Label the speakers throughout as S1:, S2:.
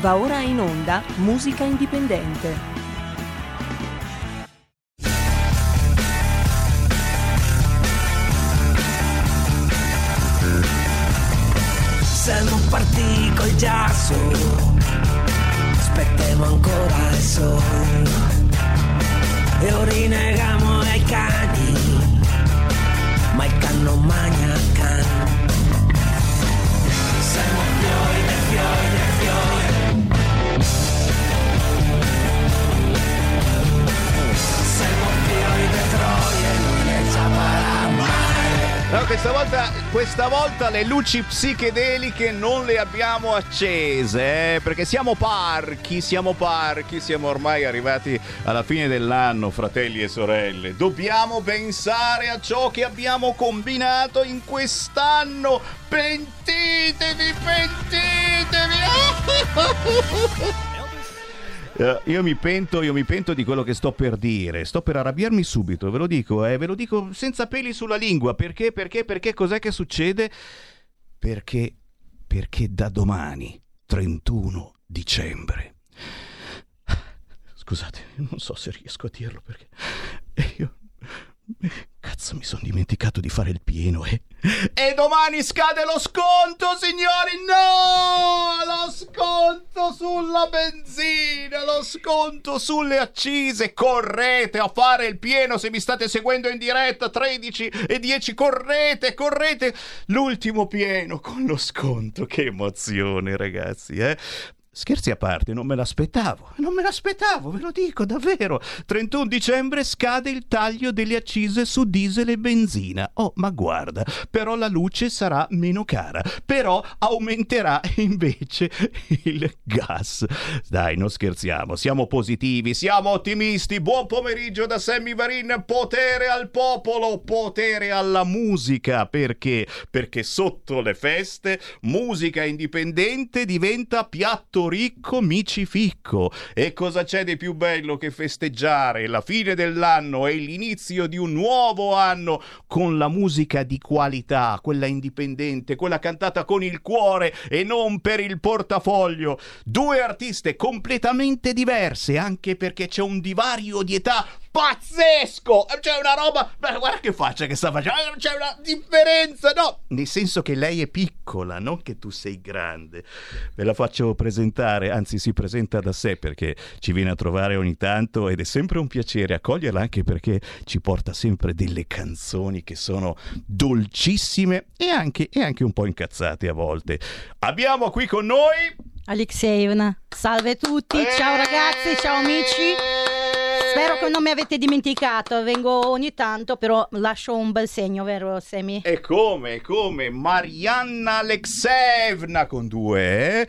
S1: Va ora in onda Musica Indipendente.
S2: Siamo partiti col giasso, aspettiamo ancora il sole e orinegamo ai cani, ma il can non magna can. Siamo fiori de fiori de fiori, siamo fiori de troie, non ne saprà mai.
S3: No, questa volta le luci psichedeliche non le abbiamo accese, perché siamo parchi, siamo ormai arrivati alla fine dell'anno, fratelli e sorelle. Dobbiamo pensare a ciò che abbiamo combinato in quest'anno. Pentitevi! Io mi pento di quello che sto per dire. Sto per arrabbiarmi subito, ve lo dico senza peli sulla lingua. Perché? Cos'è che succede? Perché da domani, 31 dicembre. Scusate, non so se riesco a dirlo perché io... Cazzo, mi sono dimenticato di fare il pieno e domani scade lo sconto, signori! No! Lo sconto sulla benzina, lo sconto sulle accise. Correte a fare il pieno se mi state seguendo in diretta, 13:10, correte! L'ultimo pieno con lo sconto, che emozione, ragazzi, eh? Scherzi a parte, non me l'aspettavo, ve lo dico davvero. 31 dicembre scade il taglio delle accise su diesel e benzina. Oh, ma guarda, però la luce sarà meno cara, però aumenterà invece il gas. Dai, non scherziamo, siamo positivi, siamo ottimisti. Buon pomeriggio da Sammy Varin. Potere al popolo, potere alla musica. Perché? Perché sotto le feste musica indipendente diventa piatto ricco micificco. E cosa c'è di più bello che festeggiare la fine dell'anno e l'inizio di un nuovo anno con la musica di qualità, quella indipendente, quella cantata con il cuore e non per il portafoglio. Due artiste completamente diverse, anche perché c'è un divario di età pazzesco. C'è una roba, guarda che faccia che sta facendo, c'è una differenza, no, nel senso che lei è piccola, non che tu sei grande. Ve la faccio presentare, anzi si presenta da sé perché ci viene a trovare ogni tanto ed è sempre un piacere accoglierla, anche perché ci porta sempre delle canzoni che sono dolcissime e anche un po' incazzate a volte. Abbiamo qui con noi
S4: Alexeyevna. Salve tutti, ciao ragazzi, ciao amici. Spero che non mi avete dimenticato, vengo ogni tanto, però lascio un bel segno, vero Semi?
S3: E come? Marianna Alexeyevna con due,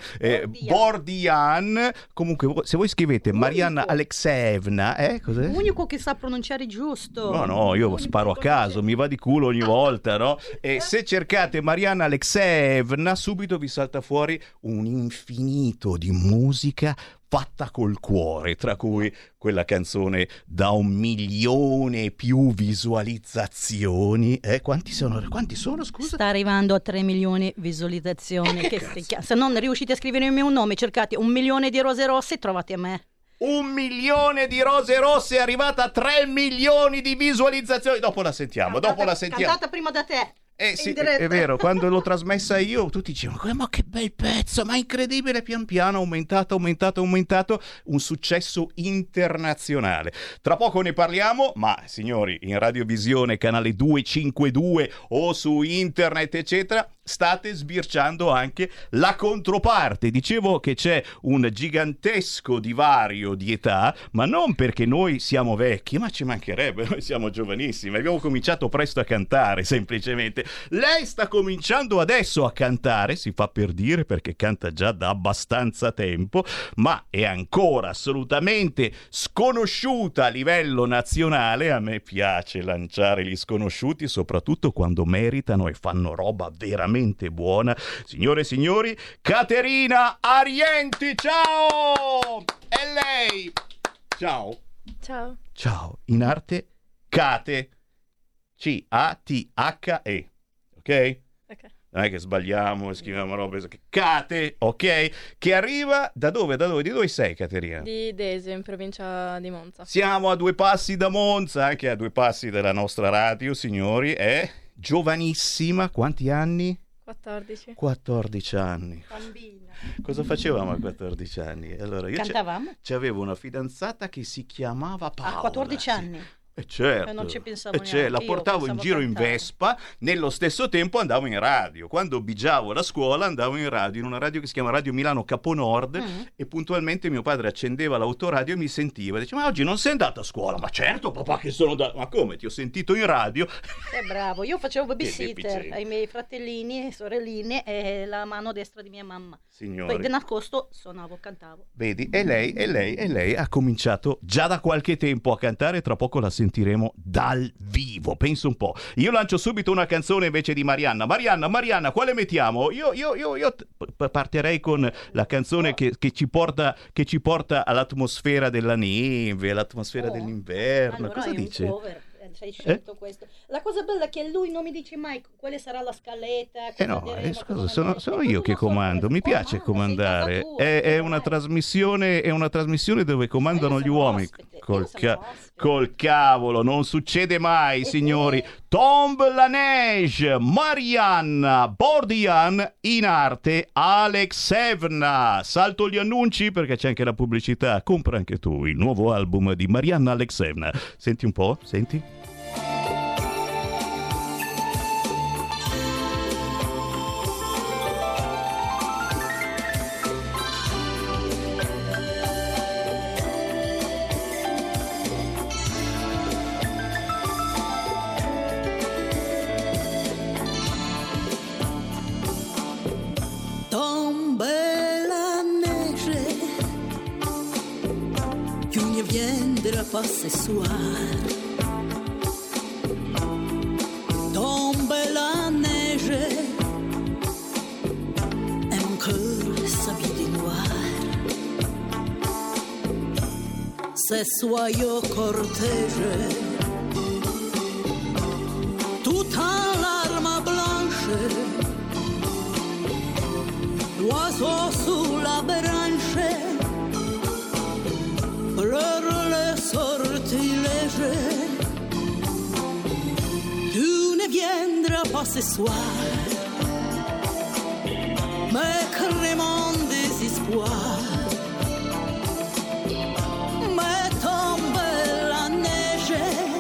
S3: Bordian. Comunque, se voi scrivete Marianna Alexeyevna, cos'è?
S4: L'unico che sa pronunciare giusto.
S3: No, io sparo a caso, mi va di culo ogni volta, no? E se cercate Marianna Alexeyevna, subito vi salta fuori un infinito di musica fatta col cuore, tra cui quella canzone da 1 milione e più visualizzazioni. Quanti sono, scusa?
S4: Sta arrivando a 3 milioni visualizzazioni. Se non riuscite a scrivere il mio nome, cercate 1 milione di rose rosse e trovate me.
S3: 1 milione di rose rosse è arrivata a 3 milioni di visualizzazioni. Dopo la sentiamo.
S4: Cantata prima da te.
S3: Sì, è vero, quando l'ho trasmessa io tutti dicevano ma che bel pezzo, ma incredibile, pian piano aumentato, un successo internazionale. Tra poco ne parliamo, ma signori, in radiovisione canale 252 o su internet eccetera, state sbirciando anche la controparte. Dicevo che c'è un gigantesco divario di età, ma non perché noi siamo vecchi, ma ci mancherebbe, noi siamo giovanissimi, abbiamo cominciato presto a cantare, semplicemente. Lei sta cominciando adesso a cantare, si fa per dire perché canta già da abbastanza tempo, ma è ancora assolutamente sconosciuta a livello nazionale. A me piace lanciare gli sconosciuti, soprattutto quando meritano e fanno roba veramente buona. Signore e signori, Caterina Arienti, ciao! E lei? Ciao. In arte Cate, C-A-T-H-E. Ok? non è che sbagliamo e scriviamo robe. Cate, ok? Che arriva da dove? Di dove sei, Caterina?
S5: Di Desio, in provincia di Monza.
S3: Siamo a 2 passi da Monza, anche a 2 passi dalla nostra radio, signori. È giovanissima, quanti anni?
S5: 14.
S3: 14 anni.
S4: Bambina.
S3: Cosa facevamo a 14 anni? Allora, io
S4: Cantavamo?
S3: c'avevo una fidanzata che si chiamava Paola.
S4: A 14
S3: sì.
S4: anni.
S3: Certo.
S4: Non ci pensavo neanche.
S3: La
S4: Io
S3: portavo in
S4: pensavo
S3: giro
S4: cantare.
S3: in Vespa, nello stesso tempo andavo in radio. Quando bigiavo la scuola andavo in radio, in una radio che si chiama Radio Milano Caponord, e puntualmente mio padre accendeva l'autoradio e mi sentiva. Diceva, ma oggi non sei andato a scuola? Ma certo papà che sono andato. Ma come? Ti ho sentito in radio?
S4: Bravo, io facevo babysitter
S3: deficiente.
S4: ai miei fratellini e sorelline e la mano destra di mia mamma.
S3: Signori.
S4: Poi di nascosto suonavo, cantavo.
S3: Vedi, e lei ha cominciato già da qualche tempo a cantare, tra poco la sentiremo dal vivo, penso un po'. Io lancio subito una canzone invece di Marianna. Marianna, quale mettiamo? Io partirei con la canzone che ci porta all'atmosfera della neve, all'atmosfera dell'inverno.
S4: Allora
S3: Cosa
S4: è un
S3: dice?
S4: cover, hai scelto questo. La cosa bella è che lui non mi dice mai quale sarà la scaletta.
S3: Scusa, sono io che comando, mi piace comandare. È una trasmissione dove comandano gli uomini. Col cavolo, non succede mai, signori. Tombe la neige, Marianna Bordian, in arte Alexevna. Salto gli annunci perché c'è anche la pubblicità. Compra anche tu il nuovo album di Marianna Alexevna. Senti un po', senti.
S6: Pas ce soir, tombe la neige et mon cœur s'habille de noir. Ce soyeux cortège, tout en larmes blanches, l'oiseau sous la branche pleure le sortilège. Tu ne viendras pas ce soir, mais crée mon désespoir. Mais tombe la neige,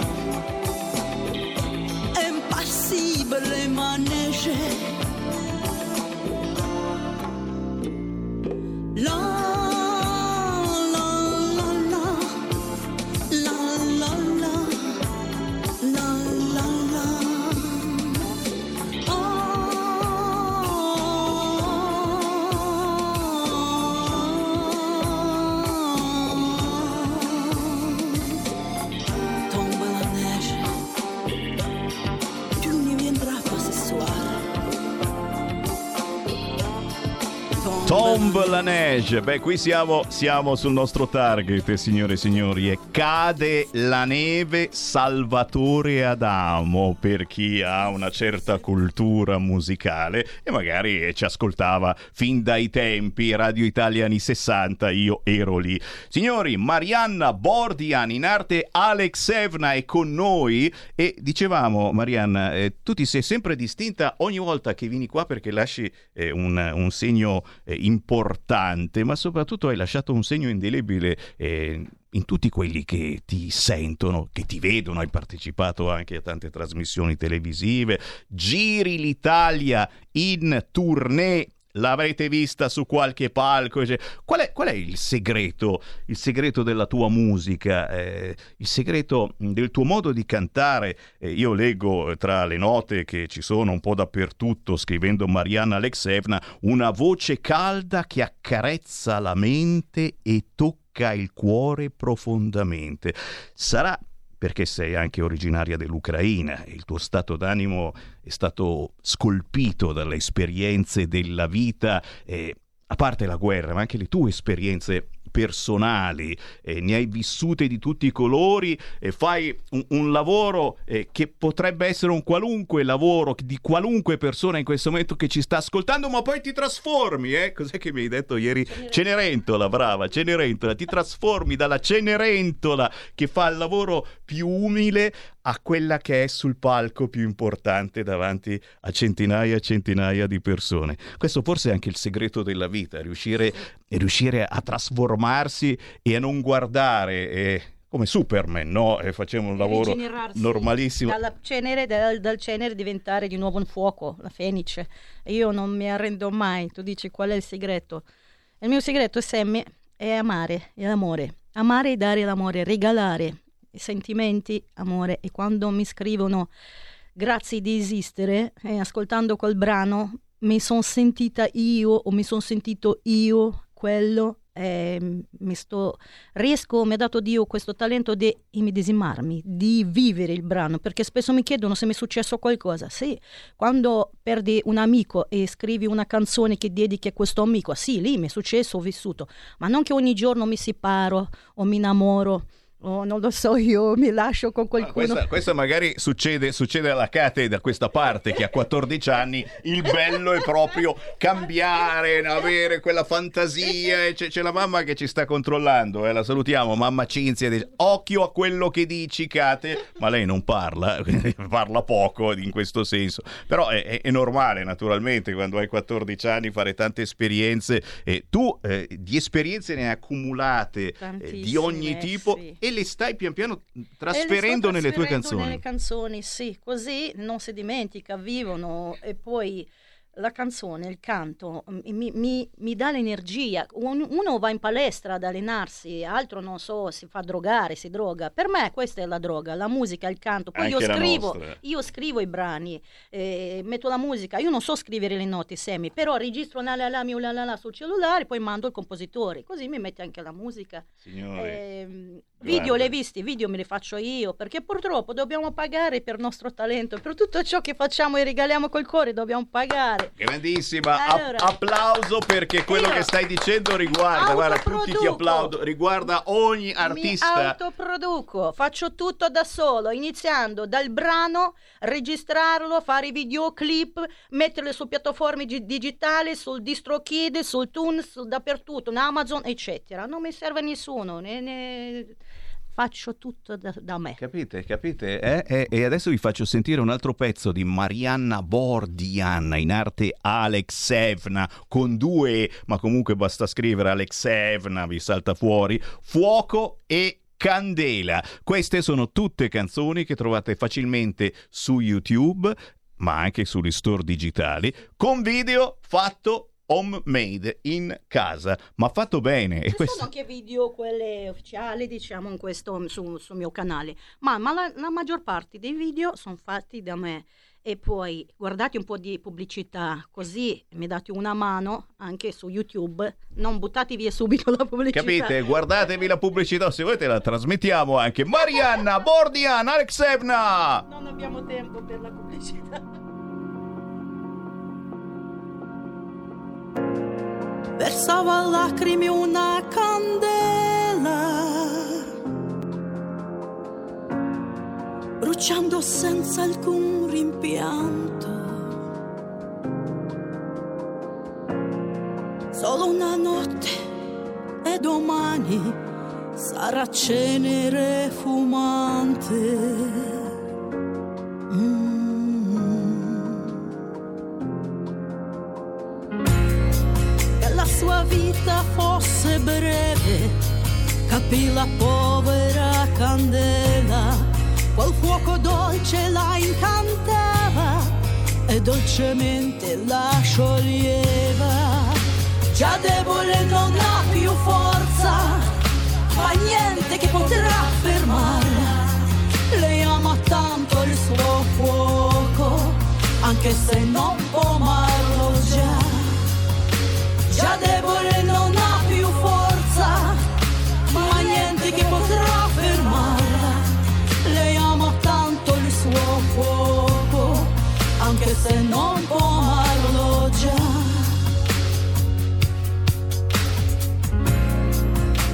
S6: impassiblement neige.
S3: Tombe la neige. Beh, qui siamo sul nostro target, signore e signori. E cade la neve, Salvatore Adamo, per chi ha una certa cultura musicale e magari ci ascoltava fin dai tempi Radio Italia anni 60. Io ero lì. Signori, Marianna Bordian, in arte Alexevna, è con noi. E dicevamo, Marianna, tu ti sei sempre distinta ogni volta che vieni qua perché lasci un segno importante, ma soprattutto hai lasciato un segno indelebile in tutti quelli che ti sentono, che ti vedono. Hai partecipato anche a tante trasmissioni televisive, giri l'Italia in tournée, l'avrete vista su qualche palco. Qual è il segreto della tua musica, il segreto del tuo modo di cantare? Io leggo tra le note che ci sono un po' dappertutto, scrivendo Marianna Alexevna, una voce calda che accarezza la mente e tocca il cuore profondamente. Sarà perché sei anche originaria dell'Ucraina e il tuo stato d'animo è stato scolpito dalle esperienze della vita, a parte la guerra, ma anche le tue esperienze personali, ne hai vissute di tutti i colori, fai un lavoro che potrebbe essere un qualunque lavoro di qualunque persona in questo momento che ci sta ascoltando, ma poi ti trasformi, cos'è che mi hai detto ieri? Cenerentola, brava, Cenerentola, ti trasformi dalla Cenerentola che fa il lavoro più umile a quella che è sul palco più importante davanti a centinaia e centinaia di persone. Questo forse è anche il segreto della vita, riuscire a trasformarsi e a non guardare come Superman, no? Facciamo un lavoro normalissimo.
S4: Dal cenere diventare di nuovo un fuoco, la fenice. Io non mi arrendo mai. Tu dici qual è il segreto? Il mio segreto, Sammy, è amare, è l'amore. Amare e dare l'amore, regalare i sentimenti, amore. E quando mi scrivono grazie di esistere, ascoltando quel brano, mi sono sentita io o mi sono sentito io quello. Mi ha dato Dio questo talento di immedesimarmi, di vivere il brano, perché spesso mi chiedono se mi è successo qualcosa. Sì, quando perdi un amico e scrivi una canzone che dedichi a questo amico, sì, lì mi è successo, ho vissuto, ma non che ogni giorno mi separo o mi innamoro. Oh, non lo so, io mi lascio con qualcuno.
S3: Questa magari succede alla Kate da questa parte, che ha 14 anni. Il bello è proprio cambiare, avere quella fantasia. C'è la mamma che ci sta controllando, la salutiamo, mamma Cinzia. Occhio a quello che dici, Kate. Ma lei non parla, parla poco in questo senso. Però è normale, naturalmente, quando hai 14 anni fare tante esperienze. Tu di esperienze ne hai accumulate di ogni tipo, sì. E le stai pian piano trasferendo nelle tue canzoni.
S4: Nelle canzoni, sì, così non si dimentica, vivono. E poi la canzone, il canto mi dà l'energia. Uno va in palestra ad allenarsi, altro non so, si fa drogare, si droga. Per me questa è la droga, la musica, il canto. Poi io scrivo i brani, metto la musica. Io non so scrivere le note, Sammy, però registro la sul cellulare, poi mando il compositore, così mi mette anche la musica.
S3: Signore,
S4: video l'hai visti, video me li faccio io, perché purtroppo dobbiamo pagare per il nostro talento, per tutto ciò che facciamo e regaliamo col cuore dobbiamo pagare.
S3: Grandissima, allora, applauso, perché quello che stai dicendo riguarda, guarda, tutti ti applaudo, riguarda ogni artista.
S4: Mi autoproduco, faccio tutto da solo, iniziando dal brano, registrarlo, fare i videoclip, metterli su piattaforme digitali, sul DistroKid, sul Tunes, dappertutto, in Amazon, eccetera. Non mi serve nessuno, faccio tutto da me.
S3: Capite? E adesso vi faccio sentire un altro pezzo di Marianna Bordian, in arte Alexevna, con 2, ma comunque basta scrivere Alexevna, vi salta fuori, Fuoco e Candela. Queste sono tutte canzoni che trovate facilmente su YouTube, ma anche sugli store digitali, con video fatto homemade in casa, ma fatto bene.
S4: Ci sono anche video, quelle ufficiali, diciamo, in questo sul mio canale, ma la maggior parte dei video sono fatti da me. E poi guardate un po' di pubblicità, così mi date una mano anche su YouTube, non buttati via subito la pubblicità.
S3: Capite? Guardatevi la pubblicità, se volete la trasmettiamo anche. Marianna Bordian, Alexevna!
S4: Non abbiamo tempo per la pubblicità.
S6: Versava lacrime una candela, bruciando senza alcun rimpianto. Solo una notte e domani sarà cenere fumante. La sua vita fosse breve, capì la povera candela, quel fuoco dolce la incantava e dolcemente la scioglieva. Già debole non ha più forza, ma niente che potrà fermarla. Lei ama tanto il suo fuoco, anche se non può amarlo già. Già debole non ha più forza, ma niente che potrà fermarla. Lei ama tanto il suo fuoco, anche se non può amarlo già.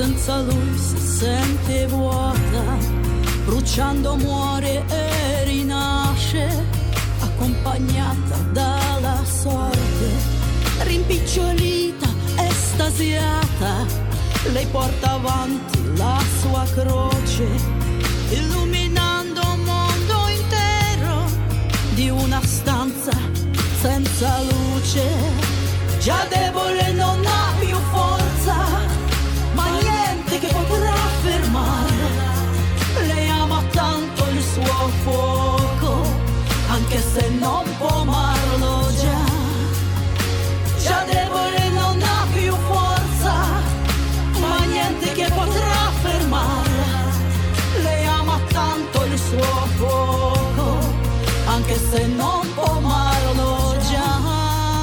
S6: senza lui si sente vuota, bruciando muore e rinasce, accompagnata dalla sorte, rimpicciolita, estasiata, lei porta avanti la sua croce, illuminando un mondo intero di una stanza senza luce. Già debole non ha più forza, ma niente che potrà fermarla. Lei ama tanto il suo fuoco, anche se non può amarlo già. Già debole non ha più forza, ma niente che potrà fermarla. Lei ama tanto il suo fuoco, anche se non può amarlo già.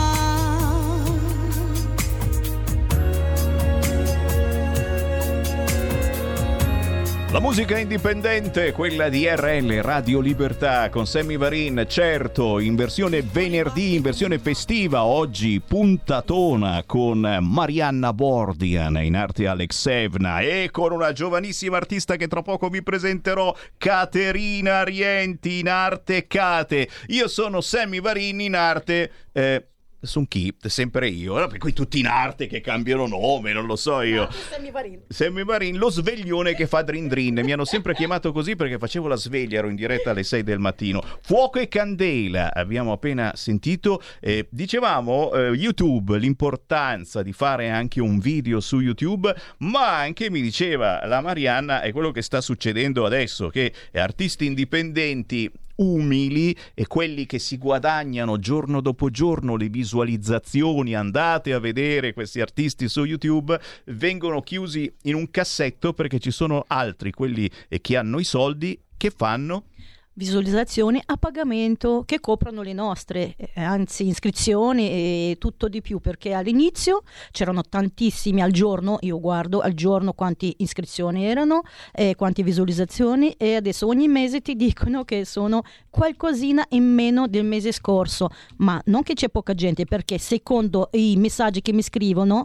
S3: La musica indipendente, quella di RL, Radio Libertà, con Sammy Varin, certo, in versione venerdì, in versione festiva, oggi puntatona con Marianna Bordian, in arte Alexevna, e con una giovanissima artista che tra poco vi presenterò, Caterina Rienti, in arte Cate. Io sono Sammy Varin, in arte... Sono chi? Sempre io, per cui tutti in arte che cambiano nome, non lo so io. Sammy Varin, lo sveglione che fa drin drin. Mi hanno sempre chiamato così perché facevo la sveglia, ero in diretta alle 6 del mattino. Fuoco e candela, abbiamo appena sentito. Dicevamo YouTube, l'importanza di fare anche un video su YouTube, ma anche, mi diceva la Marianna, è quello che sta succedendo adesso, che artisti indipendenti umili e quelli che si guadagnano giorno dopo giorno le visualizzazioni, andate a vedere questi artisti su YouTube, vengono chiusi in un cassetto perché ci sono altri, quelli che hanno i soldi, che fanno
S4: visualizzazioni a pagamento che coprono le nostre, anzi iscrizioni e tutto di più, perché all'inizio c'erano tantissimi al giorno, io guardo al giorno quante iscrizioni erano e quante visualizzazioni, e adesso ogni mese ti dicono che sono qualcosina in meno del mese scorso, ma non che c'è poca gente, perché secondo i messaggi che mi scrivono,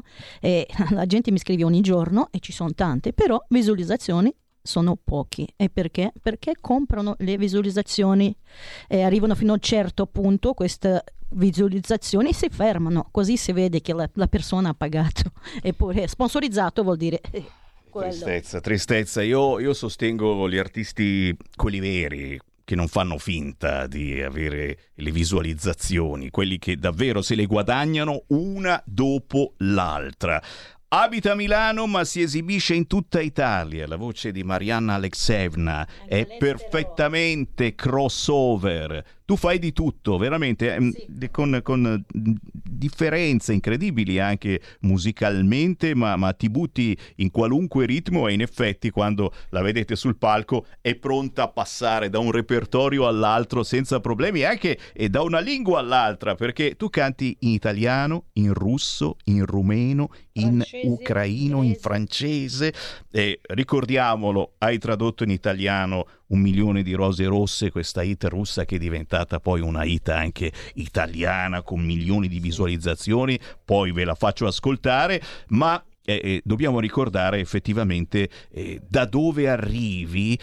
S4: la gente mi scrive ogni giorno e ci sono tante, però visualizzazioni sono pochi. E perché? Perché comprano le visualizzazioni, arrivano fino a un certo punto queste visualizzazioni e si fermano, così si vede che la persona ha pagato, eppure sponsorizzato vuol dire quello.
S3: Tristezza. Io sostengo gli artisti, quelli veri, che non fanno finta di avere le visualizzazioni, quelli che davvero se le guadagnano una dopo l'altra. Abita a Milano ma si esibisce in tutta Italia. La voce di Marianna Alexevna è perfettamente crossover. Tu fai di tutto, veramente, sì. con differenze incredibili anche musicalmente, ma ti butti in qualunque ritmo e in effetti quando la vedete sul palco è pronta a passare da un repertorio all'altro senza problemi, anche e da una lingua all'altra, perché tu canti in italiano, in russo, in rumeno, in ucraino, in francese, e ricordiamolo, hai tradotto in italiano 1 milione di rose rosse, questa hit russa che è diventata poi una hit anche italiana con milioni di visualizzazioni, poi ve la faccio ascoltare, ma dobbiamo ricordare effettivamente da dove arrivi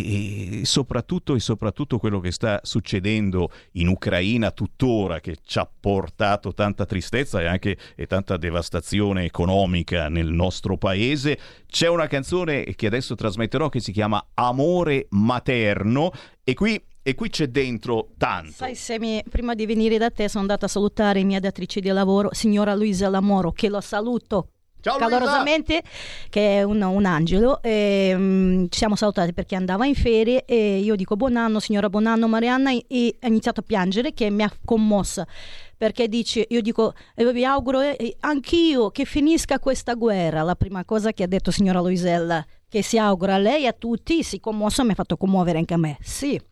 S3: e soprattutto quello che sta succedendo in Ucraina tuttora, che ci ha portato tanta tristezza e tanta devastazione economica nel nostro paese. C'è una canzone che adesso trasmetterò che si chiama Amore Materno e qui c'è dentro tanto.
S4: Sai, Semi, prima di venire da te sono andata a salutare mia datrice di lavoro, signora Luisa Lamoro, che lo saluto
S3: ciao,
S4: calorosamente, che è un angelo. Ci siamo salutati perché andava in ferie e io dico buon anno signora, buon anno Marianna, e ha iniziato a piangere, che mi ha commossa, perché dice, io dico vi auguro anch'io che finisca questa guerra. La prima cosa che ha detto signora Luisella, che si augura a lei e a tutti, si commossa, mi ha fatto commuovere anche a me, sì.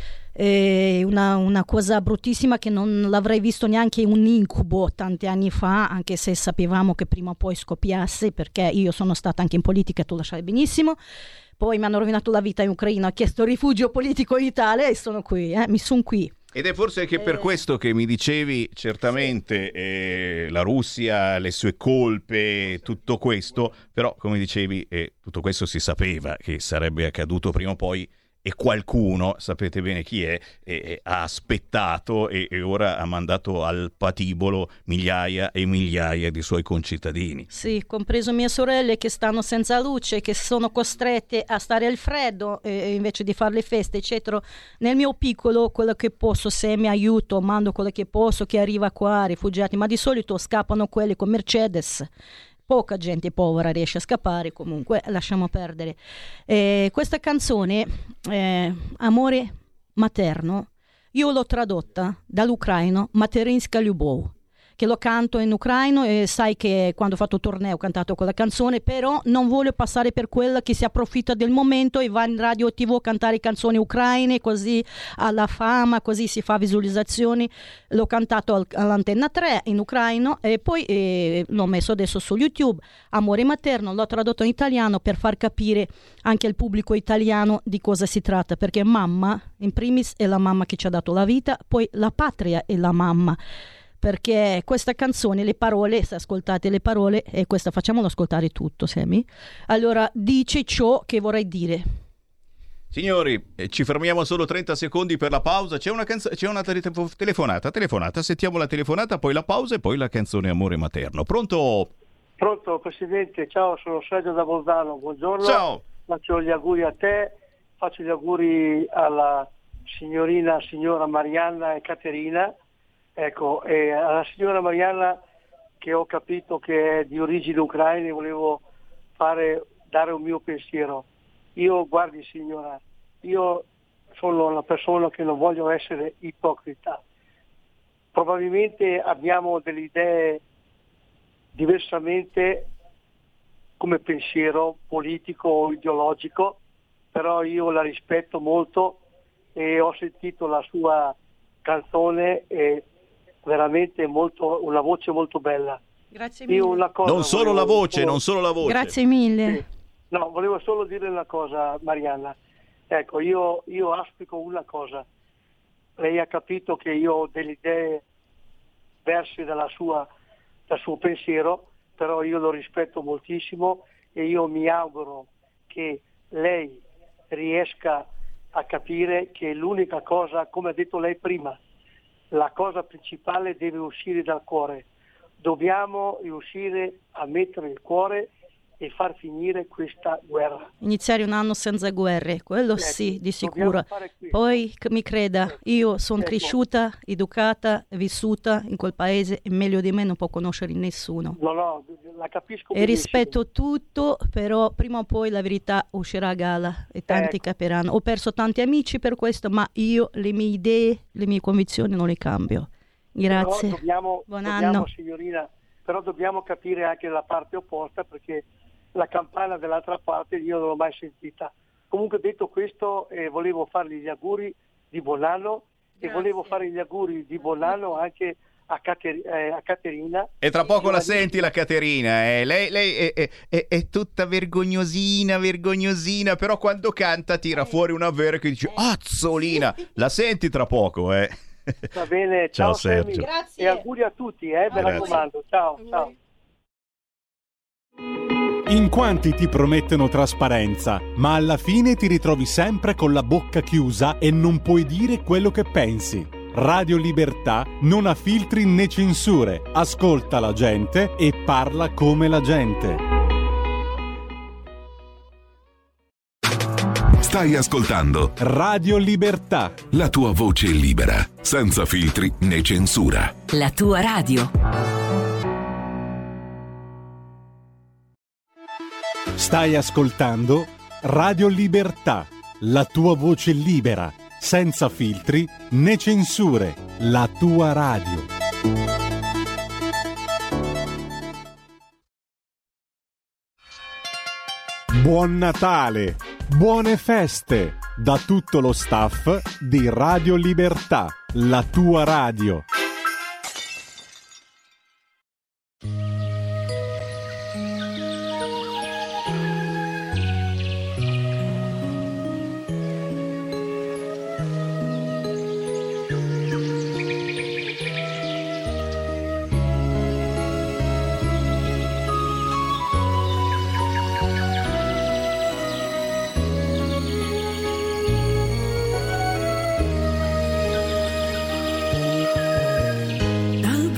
S4: Una cosa bruttissima che non l'avrei visto neanche un incubo tanti anni fa, anche se sapevamo che prima o poi scoppiasse, perché io sono stata anche in politica, tu lo sai benissimo. Poi mi hanno rovinato la vita in Ucraina, ho chiesto rifugio politico in Italia e sono qui, mi sono qui.
S3: Ed è forse anche per questo che mi dicevi, certamente, la Russia, le sue colpe, tutto questo, però come dicevi, tutto questo si sapeva che sarebbe accaduto prima o poi, e qualcuno, sapete bene chi è, ha aspettato e ora ha mandato al patibolo migliaia e migliaia di suoi concittadini.
S4: Sì, compreso mie sorelle che stanno senza luce, che sono costrette a stare al freddo invece di fare le feste, eccetera. Nel mio piccolo, quello che posso, se mi aiuto, mando quello che posso, che arriva qua, rifugiati, ma di solito scappano quelli con Mercedes. Poca gente povera riesce a scappare, comunque lasciamo perdere. Questa canzone, Amore materno, io l'ho tradotta dall'ucraino Materinska Lyubov, che lo canto in ucraino e sai che quando ho fatto il torneo ho cantato quella canzone, però non voglio passare per quella che si approfitta del momento e va in radio TV a cantare canzoni ucraine, così alla fama, così si fa visualizzazioni. L'ho cantato all'Antenna 3 in ucraino e poi l'ho messo adesso su YouTube, Amore materno, l'ho tradotto in italiano per far capire anche al pubblico italiano di cosa si tratta, perché mamma in primis è la mamma che ci ha dato la vita, poi la patria è la mamma. Perché questa canzone, le parole, se ascoltate le parole, e questa facciamolo ascoltare tutto, Sammy, allora dice ciò che vorrei dire.
S3: Signori, ci fermiamo solo 30 secondi per la pausa. C'è una telefonata, sentiamo la telefonata, poi la pausa e poi la canzone Amore materno. Pronto?
S7: Pronto, Presidente, ciao, sono Sergio da Bolzano, buongiorno.
S3: Ciao.
S7: Faccio gli auguri a te, faccio gli auguri alla signora Marianna e Caterina. Ecco, alla signora Marianna, che ho capito che è di origini ucraine, volevo dare un mio pensiero. Io, guardi signora, io sono una persona che non voglio essere ipocrita. Probabilmente abbiamo delle idee diversamente come pensiero politico o ideologico, però io la rispetto molto e ho sentito la sua canzone e veramente una voce molto bella.
S4: Grazie mille.
S3: Non solo la voce.
S4: Grazie mille.
S7: Sì. No, volevo solo dire una cosa, Marianna. Ecco, io auspico una cosa. Lei ha capito che io ho delle idee diverse dal suo pensiero, però io lo rispetto moltissimo e io mi auguro che lei riesca a capire che l'unica cosa, come ha detto lei prima, la cosa principale deve uscire dal cuore. Dobbiamo riuscire a mettere il cuore e far finire questa guerra.
S4: Iniziare un anno senza guerre, quello sì, di sicuro. Poi mi creda, io sono cresciuta, educata, vissuta in quel paese e meglio di me non può conoscere nessuno.
S7: No, la capisco.
S4: E rispetto tutto, però prima o poi la verità uscirà a galla e tanti capiranno. Ho perso tanti amici per questo, ma io le mie idee, le mie convinzioni non le cambio. Grazie.
S7: Buon anno. Signorina, però dobbiamo capire anche la parte opposta, perché la campana dall'altra parte io non l'ho mai sentita. Comunque, detto questo, volevo fargli gli auguri di buon anno. Grazie. E volevo fare gli auguri di buon anno anche a Caterina.
S3: E tra poco la senti la Caterina, lei è tutta vergognosina, però quando canta tira fuori una vera che dice azzolina. La senti tra poco,
S7: Va bene,
S3: ciao
S7: Sergio.
S4: Grazie.
S7: E auguri a tutti, mi raccomando. Ciao.
S8: In quanti ti promettono trasparenza, ma alla fine ti ritrovi sempre con la bocca chiusa e non puoi dire quello che pensi. Radio Libertà non ha filtri né censure, ascolta la gente e parla come la gente.
S9: Stai ascoltando
S8: Radio Libertà,
S9: la tua voce libera, senza filtri né censura.
S10: La tua radio.
S8: Stai ascoltando Radio Libertà, la tua voce libera, senza filtri né censure, la tua radio. Buon Natale, buone feste da tutto lo staff di Radio Libertà, la tua radio.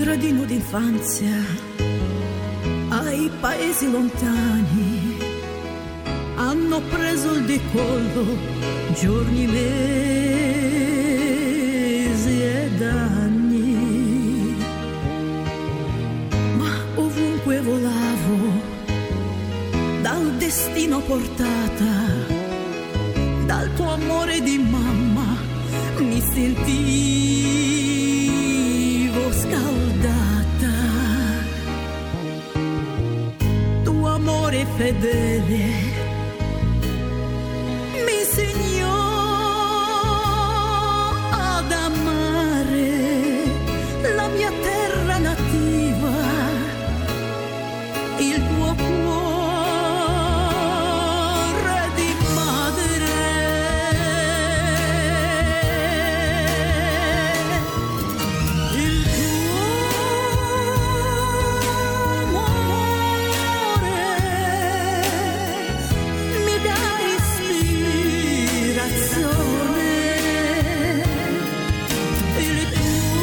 S6: stradino d'infanzia ai paesi lontani hanno preso il decollo giorni, mesi ed anni, ma ovunque volavo dal destino portata, dal tuo amore di mamma mi sentivo scaldata. Tuo amore fedele mi insegnò ad amare la mia terra nativa, il tuo cuore di madre. Il tuo amore mi dà ispirazione. Il tuo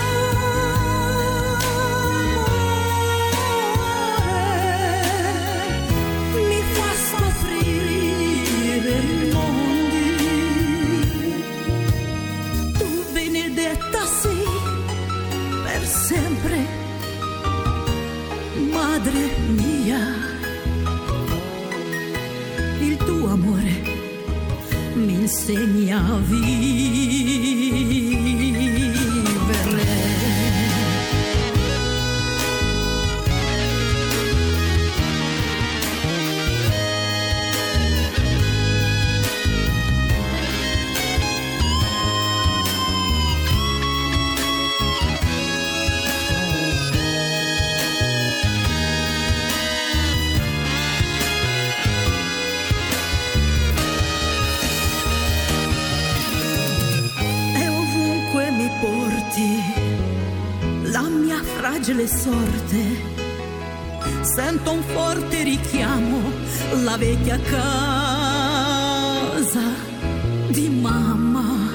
S6: amore mi fa scoprire mondi. Tu benedetta sei per sempre, madre mia. Il tuo amore mi insegna a vivere. E ovunque mi porti la mia fragile sorte, sento un forte richiamo, la vecchia casa di mamma,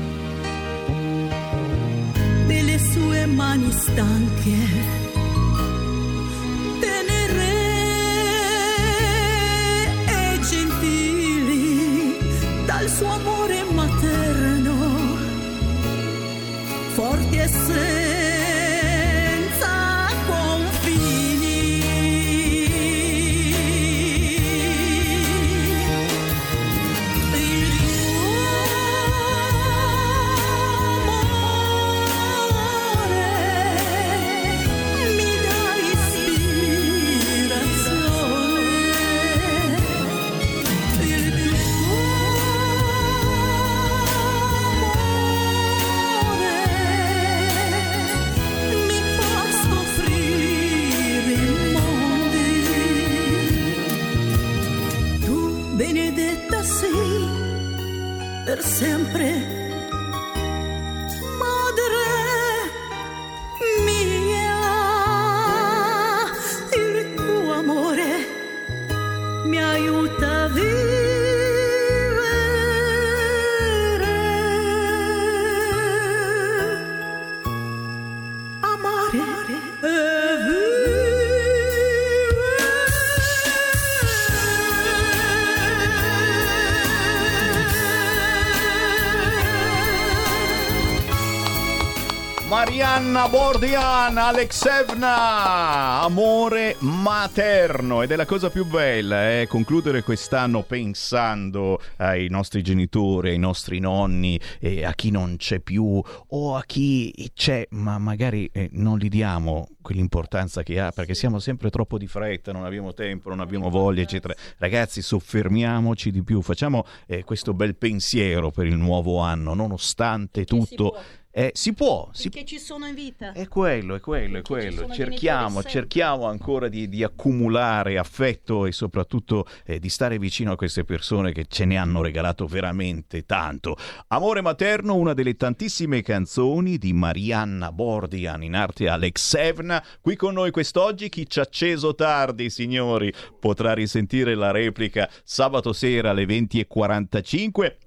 S6: delle sue mani stanche, tenere e gentili, dal suo amore materno, forti e senza confini. Il tuo amore mi dà ispirazione. Il tuo mi fa scoprire mondi. Tu benedetta sei per sempre, madre mia. Il tuo amore mi aiuta a vivere, amare e
S3: Marianna Bordian, Alexevna, amore materno. Ed è la cosa più bella, concludere quest'anno pensando ai nostri genitori, ai nostri nonni, a chi non c'è più o a chi c'è ma magari non gli diamo quell'importanza che ha, perché siamo sempre troppo di fretta, non abbiamo tempo, non abbiamo voglia, eccetera. Ragazzi, soffermiamoci di più, facciamo questo bel pensiero per il nuovo anno, nonostante tutto. Si può,
S4: perché ci sono in vita.
S3: È quello. Cerchiamo ancora di accumulare affetto e soprattutto di stare vicino a queste persone che ce ne hanno regalato veramente tanto. Amore materno, una delle tantissime canzoni di Marianna Bordian, in arte Alexevna, qui con noi quest'oggi. Chi ci ha acceso tardi, signori, potrà risentire la replica sabato sera alle 20:45.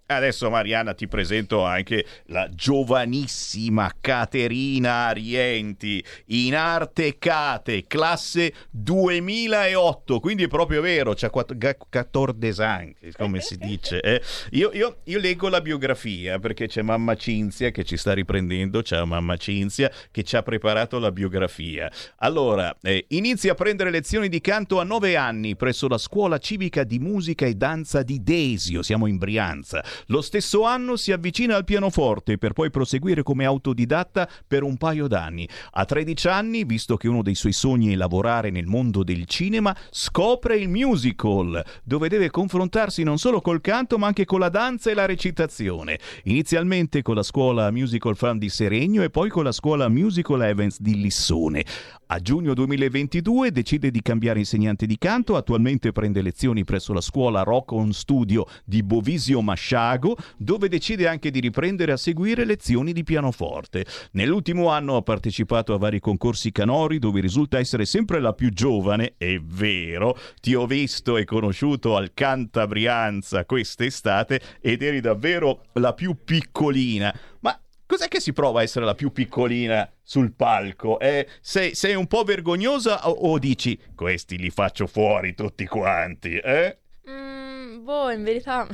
S3: Adesso Marianna ti presento anche la giovanissima Caterina Arienti, in arte Cate, classe 2008, quindi è proprio vero, c'ha 14 anni, come si dice. Io leggo la biografia perché c'è mamma Cinzia che ci sta riprendendo, ciao mamma Cinzia, che ci ha preparato la biografia. Allora, inizia a prendere lezioni di canto a 9 anni presso la scuola civica di musica e danza di Desio, siamo in Brianza. Lo stesso anno si avvicina al pianoforte per poi proseguire come autodidatta per un paio d'anni. A 13 anni, visto che uno dei suoi sogni è lavorare nel mondo del cinema, scopre il musical, dove deve confrontarsi non solo col canto ma anche con la danza e la recitazione. Inizialmente con la scuola Musical Fund di Seregno e poi con la scuola Musical Evans di Lissone. A giugno 2022 decide di cambiare insegnante di canto, attualmente prende lezioni presso la scuola Rock On Studio di Bovisio Masciago, dove decide anche di riprendere a seguire lezioni di pianoforte. Nell'ultimo anno ha partecipato a vari concorsi canori dove risulta essere sempre la più giovane, è vero, ti ho visto e conosciuto al Canta Brianza quest'estate ed eri davvero la più piccolina. Ma cos'è che si prova a essere la più piccolina sul palco? Sei un po' vergognosa o dici questi li faccio fuori tutti quanti,
S5: In verità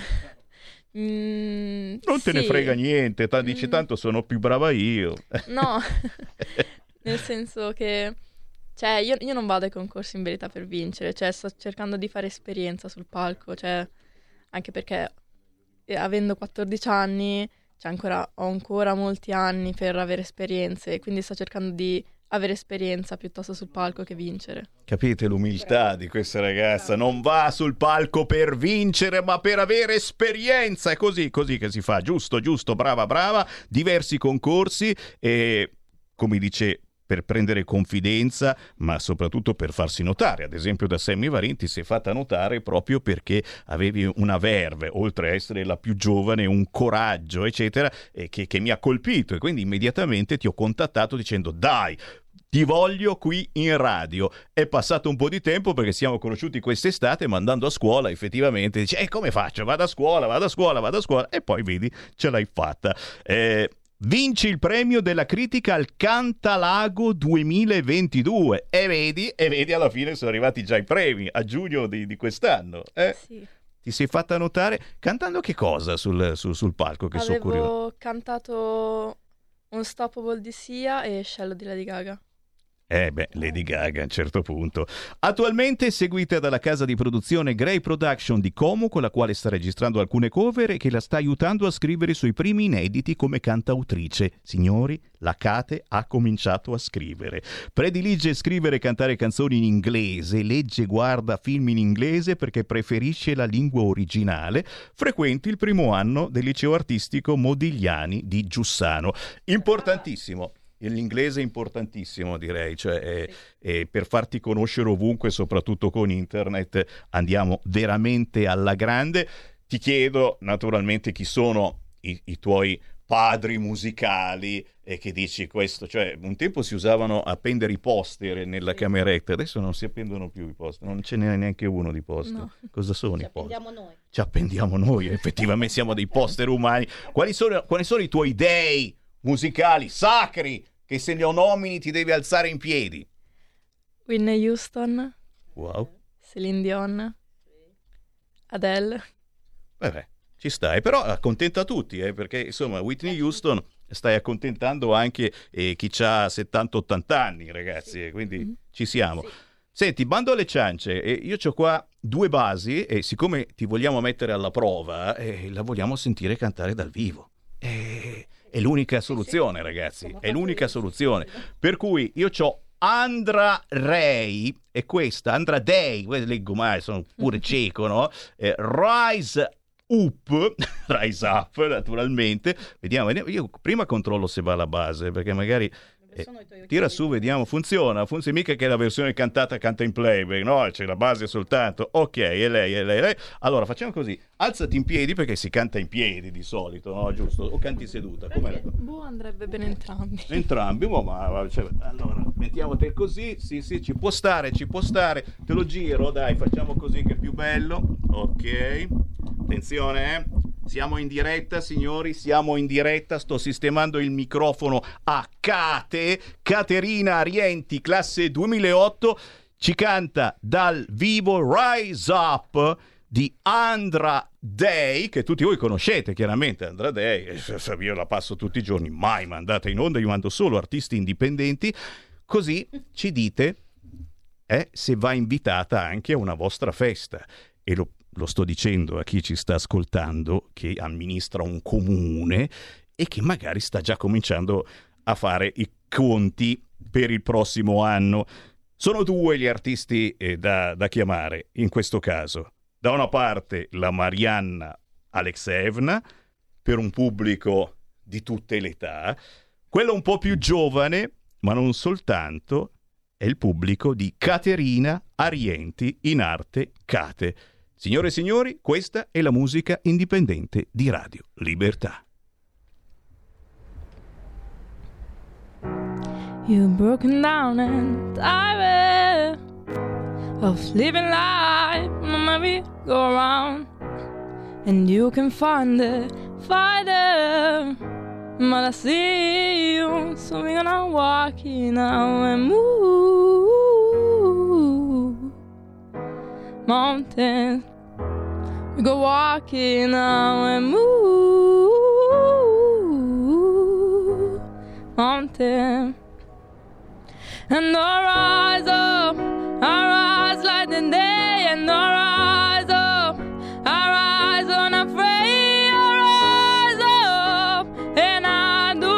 S3: non te ne
S5: sì.
S3: frega niente, dici tanto sono più brava io.
S5: No, nel senso che cioè io non vado ai concorsi in verità per vincere, cioè sto cercando di fare esperienza sul palco, cioè anche perché avendo 14 anni ho ancora molti anni per avere esperienze, quindi sto cercando di avere esperienza piuttosto sul palco che vincere.
S3: Capite l'umiltà di questa ragazza? Non va sul palco per vincere, ma per avere esperienza. È così che si fa. Giusto, brava. Diversi concorsi e, come dice, per prendere confidenza, ma soprattutto per farsi notare. Ad esempio da Sammy Varin ti sei fatta notare proprio perché avevi una verve, oltre a essere la più giovane, un coraggio, eccetera, che mi ha colpito, e quindi immediatamente ti ho contattato dicendo dai, ti voglio qui in radio. È passato un po' di tempo perché siamo conosciuti quest'estate, ma andando a scuola effettivamente dici come faccio? Vado a scuola e poi vedi ce l'hai fatta. Vinci il premio della critica al Cantalago 2022 e vedi alla fine sono arrivati già i premi a giugno di quest'anno.
S5: Sì.
S3: Ti sei fatta notare cantando che cosa sul palco? Che sono curioso.
S5: Avevo cantato Unstoppable di Sia e Shallow di Lady Gaga.
S3: Lady Gaga a un certo punto. Attualmente è seguita dalla casa di produzione Grey Production di Como, con la quale sta registrando alcune cover e che la sta aiutando a scrivere i suoi primi inediti come cantautrice. Signori, la Cate ha cominciato a scrivere. Predilige scrivere e cantare canzoni in inglese, legge e guarda film in inglese perché preferisce la lingua originale. Frequenti il primo anno del liceo artistico Modigliani di Giussano. Importantissimo. L'inglese è importantissimo, direi, cioè per farti conoscere ovunque, soprattutto con internet, andiamo veramente alla grande. Ti chiedo naturalmente chi sono i tuoi padri musicali e che dici questo, cioè un tempo si usavano appendere i poster nella cameretta, adesso non si appendono più i poster, non ce n'è neanche uno di poster. No. Cosa sono i poster? Ci appendiamo noi, effettivamente siamo dei poster umani. Quali sono i tuoi dei musicali sacri che se li nomini ti devi alzare in piedi?
S5: Whitney Houston.
S3: Wow.
S5: Celine Dion. Adele.
S3: Beh, ci stai, però accontenta tutti, perché insomma Whitney Houston stai accontentando anche chi ha 70-80 anni, ragazzi, quindi ci siamo. Sì. Senti, bando alle ciance, io c'ho qua 2 basi e siccome ti vogliamo mettere alla prova, la vogliamo sentire cantare dal vivo. È l'unica soluzione, ragazzi, è l'unica soluzione. Per cui io c'ho Andra Ray e questa, Andra Day, leggo mai, sono pure cieco, no? Rise Up naturalmente. Vediamo, io prima controllo se va la base, perché magari tira su, vediamo, funziona mica che la versione cantata canta in playback, no, c'è la base soltanto. Ok, è lei. Allora facciamo così, alzati in piedi perché si canta in piedi di solito, no, giusto? O canti seduta, com'è?
S5: Andrebbe bene
S3: entrambi, allora mettiamo te così, sì, ci può stare, te lo giro, dai, facciamo così che è più bello. Ok, attenzione, Siamo in diretta, signori, siamo in diretta. Sto sistemando il microfono a Cate. Caterina Arienti, classe 2008, ci canta dal vivo Rise Up di Andra Day, che tutti voi conoscete chiaramente. Andra Day, io la passo tutti i giorni, mai mandata in onda, io mando solo artisti indipendenti. Così ci dite se va invitata anche a una vostra festa. E lo sto dicendo a chi ci sta ascoltando, che amministra un comune e che magari sta già cominciando a fare i conti per il prossimo anno. Sono due gli artisti da chiamare in questo caso. Da una parte la Marianna Alexeevna, per un pubblico di tutte le età, quello un po' più giovane, ma non soltanto, è il pubblico di Caterina Arienti, in arte Cate. Signore e signori, questa è la musica indipendente di Radio Libertà.
S5: You've broken down and tired of living life no matter go around, and you can find the fighter, but I see you, so we're gonna walk in now and move mountains. We go walking now and move mountains. And I'll rise up, I'll rise like the day, and I'll rise up, I'll rise unafraid, I'll rise up, and I'll do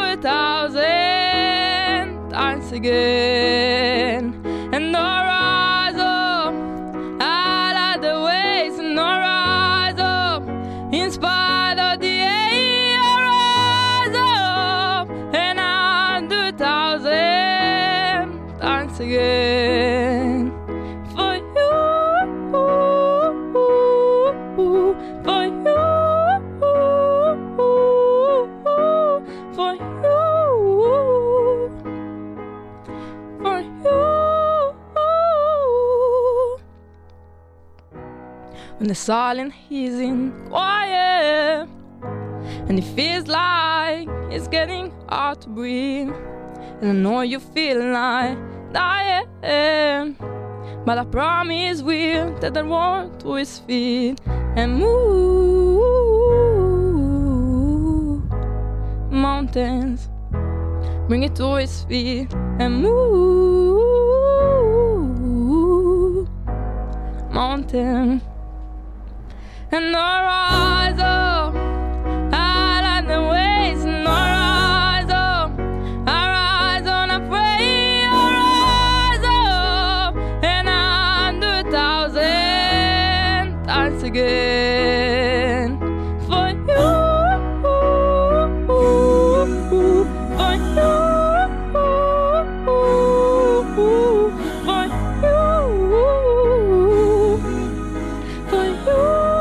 S5: 1,000 times again. And I'll rise up, I'll light the ways, and I'll rise up, in spite of the hate, I'll rise up, and I'll do 1,000 times again. For you, for you, for you, for you. When the silence isn't quiet and it feels like it's getting hard to breathe, and I know you feel like dying, but I promise we'll take that world to its feet and move mountains, bring it to its feet and move mountains. And I'll rise up, I'll light the ways, and I'll rise up, I'll rise unafraid, I'll rise up, and I'll do 1,000 times again. For you, for you, for you, for you.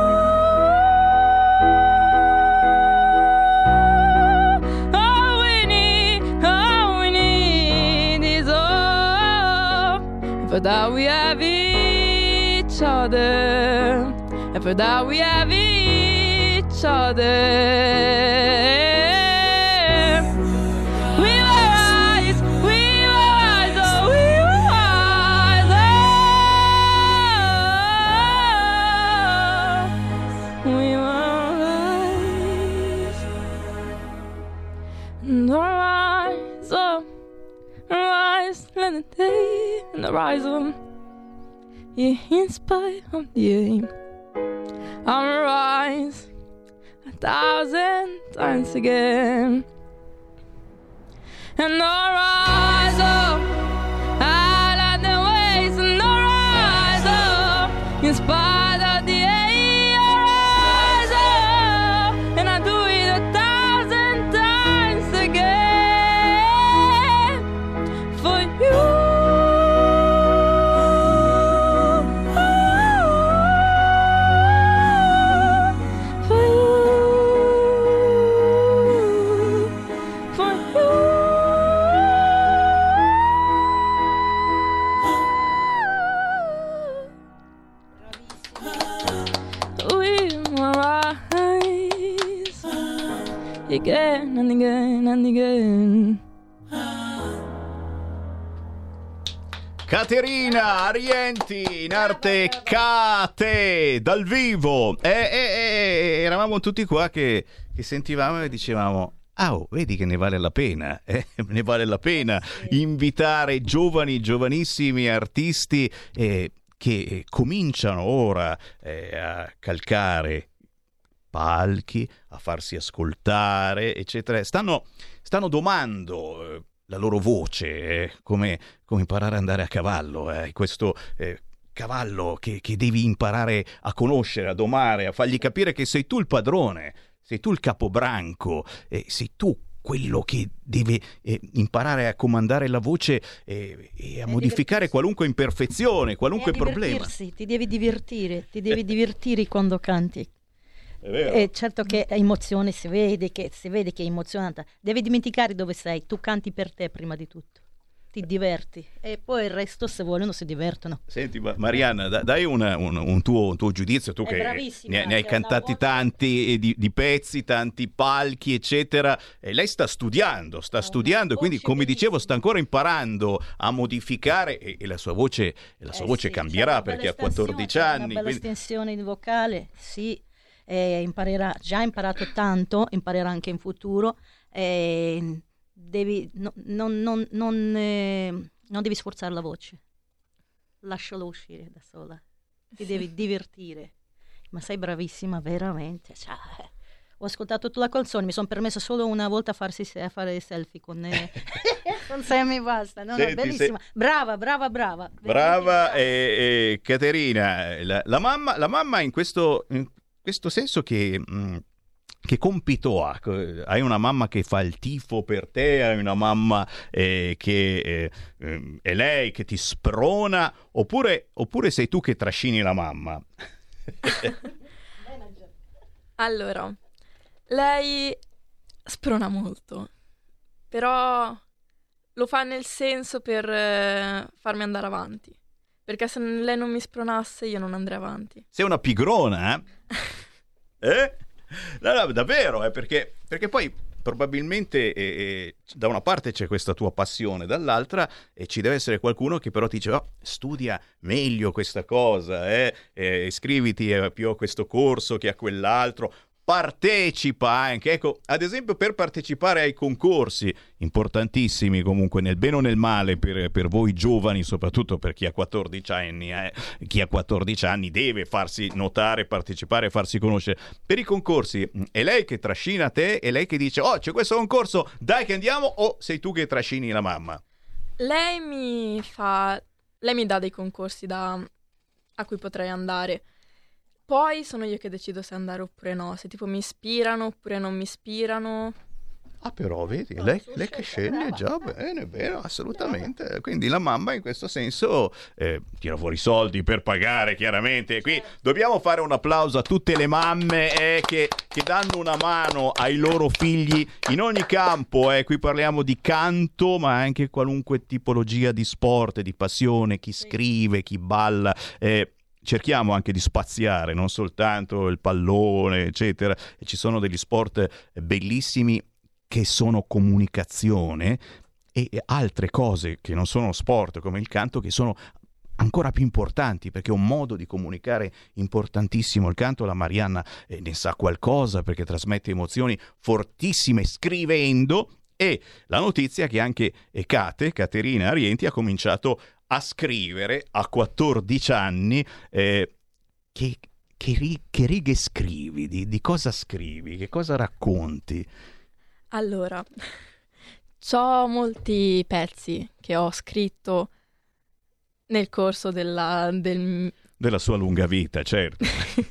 S5: For that we have each other, and for that we have each other. We will rise, we will rise, oh, we will rise, oh, we will rise, and rise up, rise, let the day and the rise up, yeah, in spite of the aim, I'll rise 1,000 times again. And I'll rise up, I'll light the ways, and I'll rise up, in spite of the aim, I'll rise up, and I'll do it 1,000 times again. For you, for you, for you. again and again and again.
S3: Caterina Arienti in arte Cate dal vivo. Eravamo tutti qua che sentivamo e dicevamo: vedi che ne vale la pena, ne vale la pena invitare giovanissimi artisti che cominciano ora a calcare palchi, a farsi ascoltare, eccetera. Stanno domando la loro voce, come imparare ad andare a cavallo, questo cavallo che devi imparare a conoscere, a domare, a fargli capire che sei tu il padrone, sei tu il capobranco, sei tu quello che deve imparare a comandare la voce e a modificare qualunque imperfezione, qualunque problema.
S4: Ti devi divertire quando canti.
S3: È vero.
S4: E certo che emozione, si vede che è emozionante. Devi dimenticare dove sei, tu canti per te prima di tutto. Ti diverti e poi il resto, se vogliono, si divertono.
S3: Senti, Marianna, dai un tuo giudizio, tu che ne hai cantati tanti di pezzi, tanti palchi, eccetera. E lei sta studiando, quindi come dicevo sta ancora imparando a modificare e la sua voce cambierà perché ha 14 anni.
S4: Una bella estensione di vocale, sì. Imparerà, già ha imparato tanto, imparerà anche in futuro. Non devi sforzare la voce, lasciala uscire da sola, ti devi divertire. Ma sei bravissima veramente, ho ascoltato tutta la canzone, mi sono permessa solo una volta a fare selfie con Sammy, basta. Senti, bellissima, brava
S3: Caterina, la mamma in questo senso che compito ha? Hai una mamma che fa il tifo per te, hai una mamma che è lei che ti sprona, oppure sei tu che trascini la mamma?
S5: Allora, lei sprona molto, però lo fa nel senso per farmi andare avanti, perché se lei non mi spronasse io non andrei avanti.
S3: Sei una pigrona, eh? No, davvero, perché poi probabilmente da una parte c'è questa tua passione, dall'altra ci deve essere qualcuno che però ti dice studia meglio questa cosa, iscriviti più a questo corso che a quell'altro, partecipa anche, ecco, ad esempio per partecipare ai concorsi importantissimi comunque nel bene o nel male per voi giovani, soprattutto per chi ha 14 anni, chi ha 14 anni deve farsi notare, partecipare, farsi conoscere. Per i concorsi è lei che trascina te, è lei che dice c'è questo concorso, dai che andiamo, o sei tu che trascini la mamma?
S5: Lei mi dà dei concorsi a cui potrei andare. Poi sono io che decido se andare oppure no, se tipo mi ispirano oppure non mi ispirano.
S3: Però vedi, lei che sceglie, già bene, assolutamente. Quindi la mamma in questo senso tira fuori i soldi per pagare, chiaramente. Qui dobbiamo fare un applauso a tutte le mamme che danno una mano ai loro figli in ogni campo. Qui parliamo di canto, ma anche qualunque tipologia di sport, di passione, chi scrive, chi balla. Cerchiamo anche di spaziare, non soltanto il pallone, eccetera. E ci sono degli sport bellissimi che sono comunicazione e altre cose che non sono sport, come il canto, che sono ancora più importanti, perché è un modo di comunicare importantissimo. Il canto, la Marianna ne sa qualcosa, perché trasmette emozioni fortissime scrivendo. E la notizia che anche Caterina Arienti ha cominciato a scrivere a 14 anni. Che righe scrivi? Di cosa scrivi? Che cosa racconti?
S5: Allora, c'ho molti pezzi che ho scritto nel corso della
S3: sua lunga vita, certo.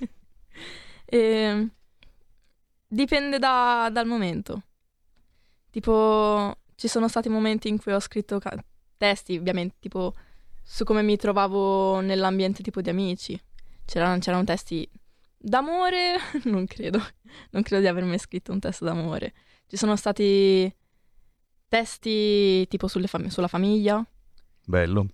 S5: Dipende dal momento. Tipo, ci sono stati momenti in cui ho scritto testi, ovviamente, tipo su come mi trovavo nell'ambiente tipo di amici. C'erano testi d'amore, non credo di aver mai scritto un testo d'amore. Ci sono stati testi tipo sulla famiglia.
S3: Bello.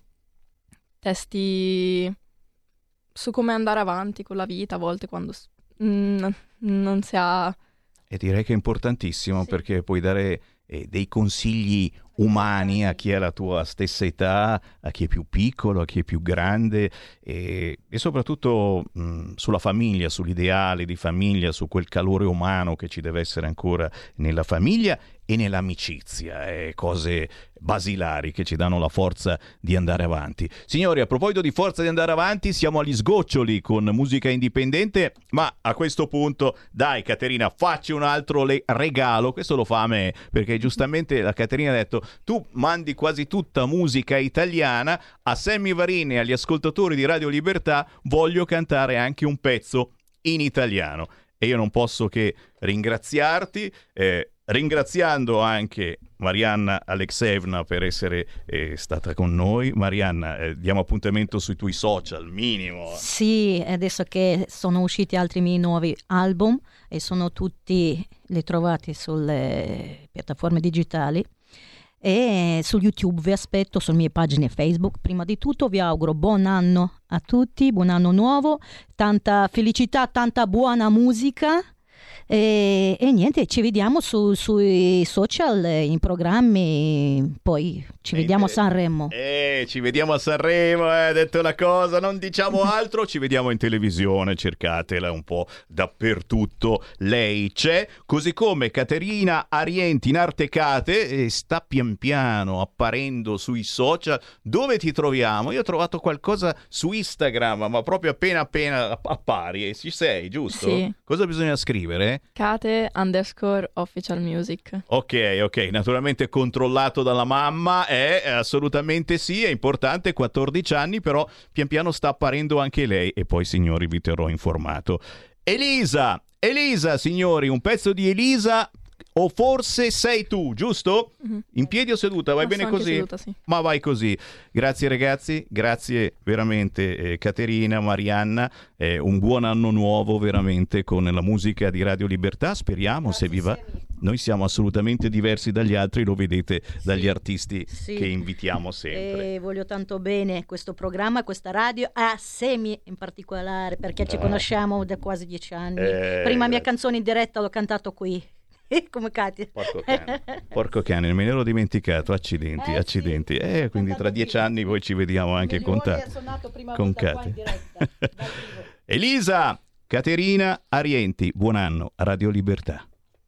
S5: Testi su come andare avanti con la vita, a volte quando non si ha
S3: E direi che è importantissimo, perché puoi dare dei consigli umani a chi ha la tua stessa età, a chi è più piccolo, a chi è più grande, e soprattutto sulla famiglia, sull'ideale di famiglia, su quel calore umano che ci deve essere ancora nella famiglia e nell'amicizia, cose basilari che ci danno la forza di andare avanti. Signori, a proposito di forza di andare avanti, siamo agli sgoccioli con musica indipendente, ma a questo punto, dai Caterina, facci un altro regalo. Questo lo fa a me, perché giustamente la Caterina ha detto: tu mandi quasi tutta musica italiana, a Sammy Varin e agli ascoltatori di Radio Libertà voglio cantare anche un pezzo in italiano. E io non posso che ringraziarti, ringraziando anche Marianna Alexeevna per essere stata con noi. Marianna, diamo appuntamento sui tuoi social, minimo.
S4: Sì, adesso che sono usciti altri miei nuovi album e sono tutti, li trovate sulle piattaforme digitali e su YouTube. Vi aspetto sulle mie pagine Facebook. Prima di tutto vi auguro buon anno a tutti, buon anno nuovo, tanta felicità, tanta buona musica. E niente, ci vediamo sui social, in programmi, poi ci vediamo a Sanremo.
S3: Ci vediamo a Sanremo, hai detto la cosa, non diciamo altro, ci vediamo in televisione, cercatela un po' dappertutto, lei c'è, così come Caterina Arienti in Artecate sta pian piano apparendo sui social. Dove ti troviamo? Io ho trovato qualcosa su Instagram, ma proprio appena appari, e ci sei, giusto?
S5: Sì.
S3: Cosa bisogna scrivere?
S5: Kate_official music.
S3: Ok, naturalmente controllato dalla mamma, assolutamente sì, è importante, 14 anni, però pian piano sta apparendo anche lei, e poi signori vi terrò informato. Elisa, signori, un pezzo di Elisa, o forse sei tu, giusto? Mm-hmm. In piedi o seduta? Vai bene così?
S5: Seduta, sì.
S3: Ma vai così. Grazie ragazzi, grazie veramente Caterina, Marianna, un buon anno nuovo veramente con la musica di Radio Libertà, speriamo, grazie, se vi va. Noi siamo assolutamente diversi dagli altri, lo vedete dagli artisti che invitiamo sempre.
S4: E voglio tanto bene questo programma, questa radio, a Semi in particolare, perché ci conosciamo da quasi 10 anni. Prima mia canzone in diretta l'ho cantato qui. Come Katia.
S3: Porco cane, non me ne ero dimenticato, accidenti. Sì. Quindi tra 10 anni poi ci vediamo anche con Katia. Elisa, Caterina Arienti, buon anno a Radio Libertà.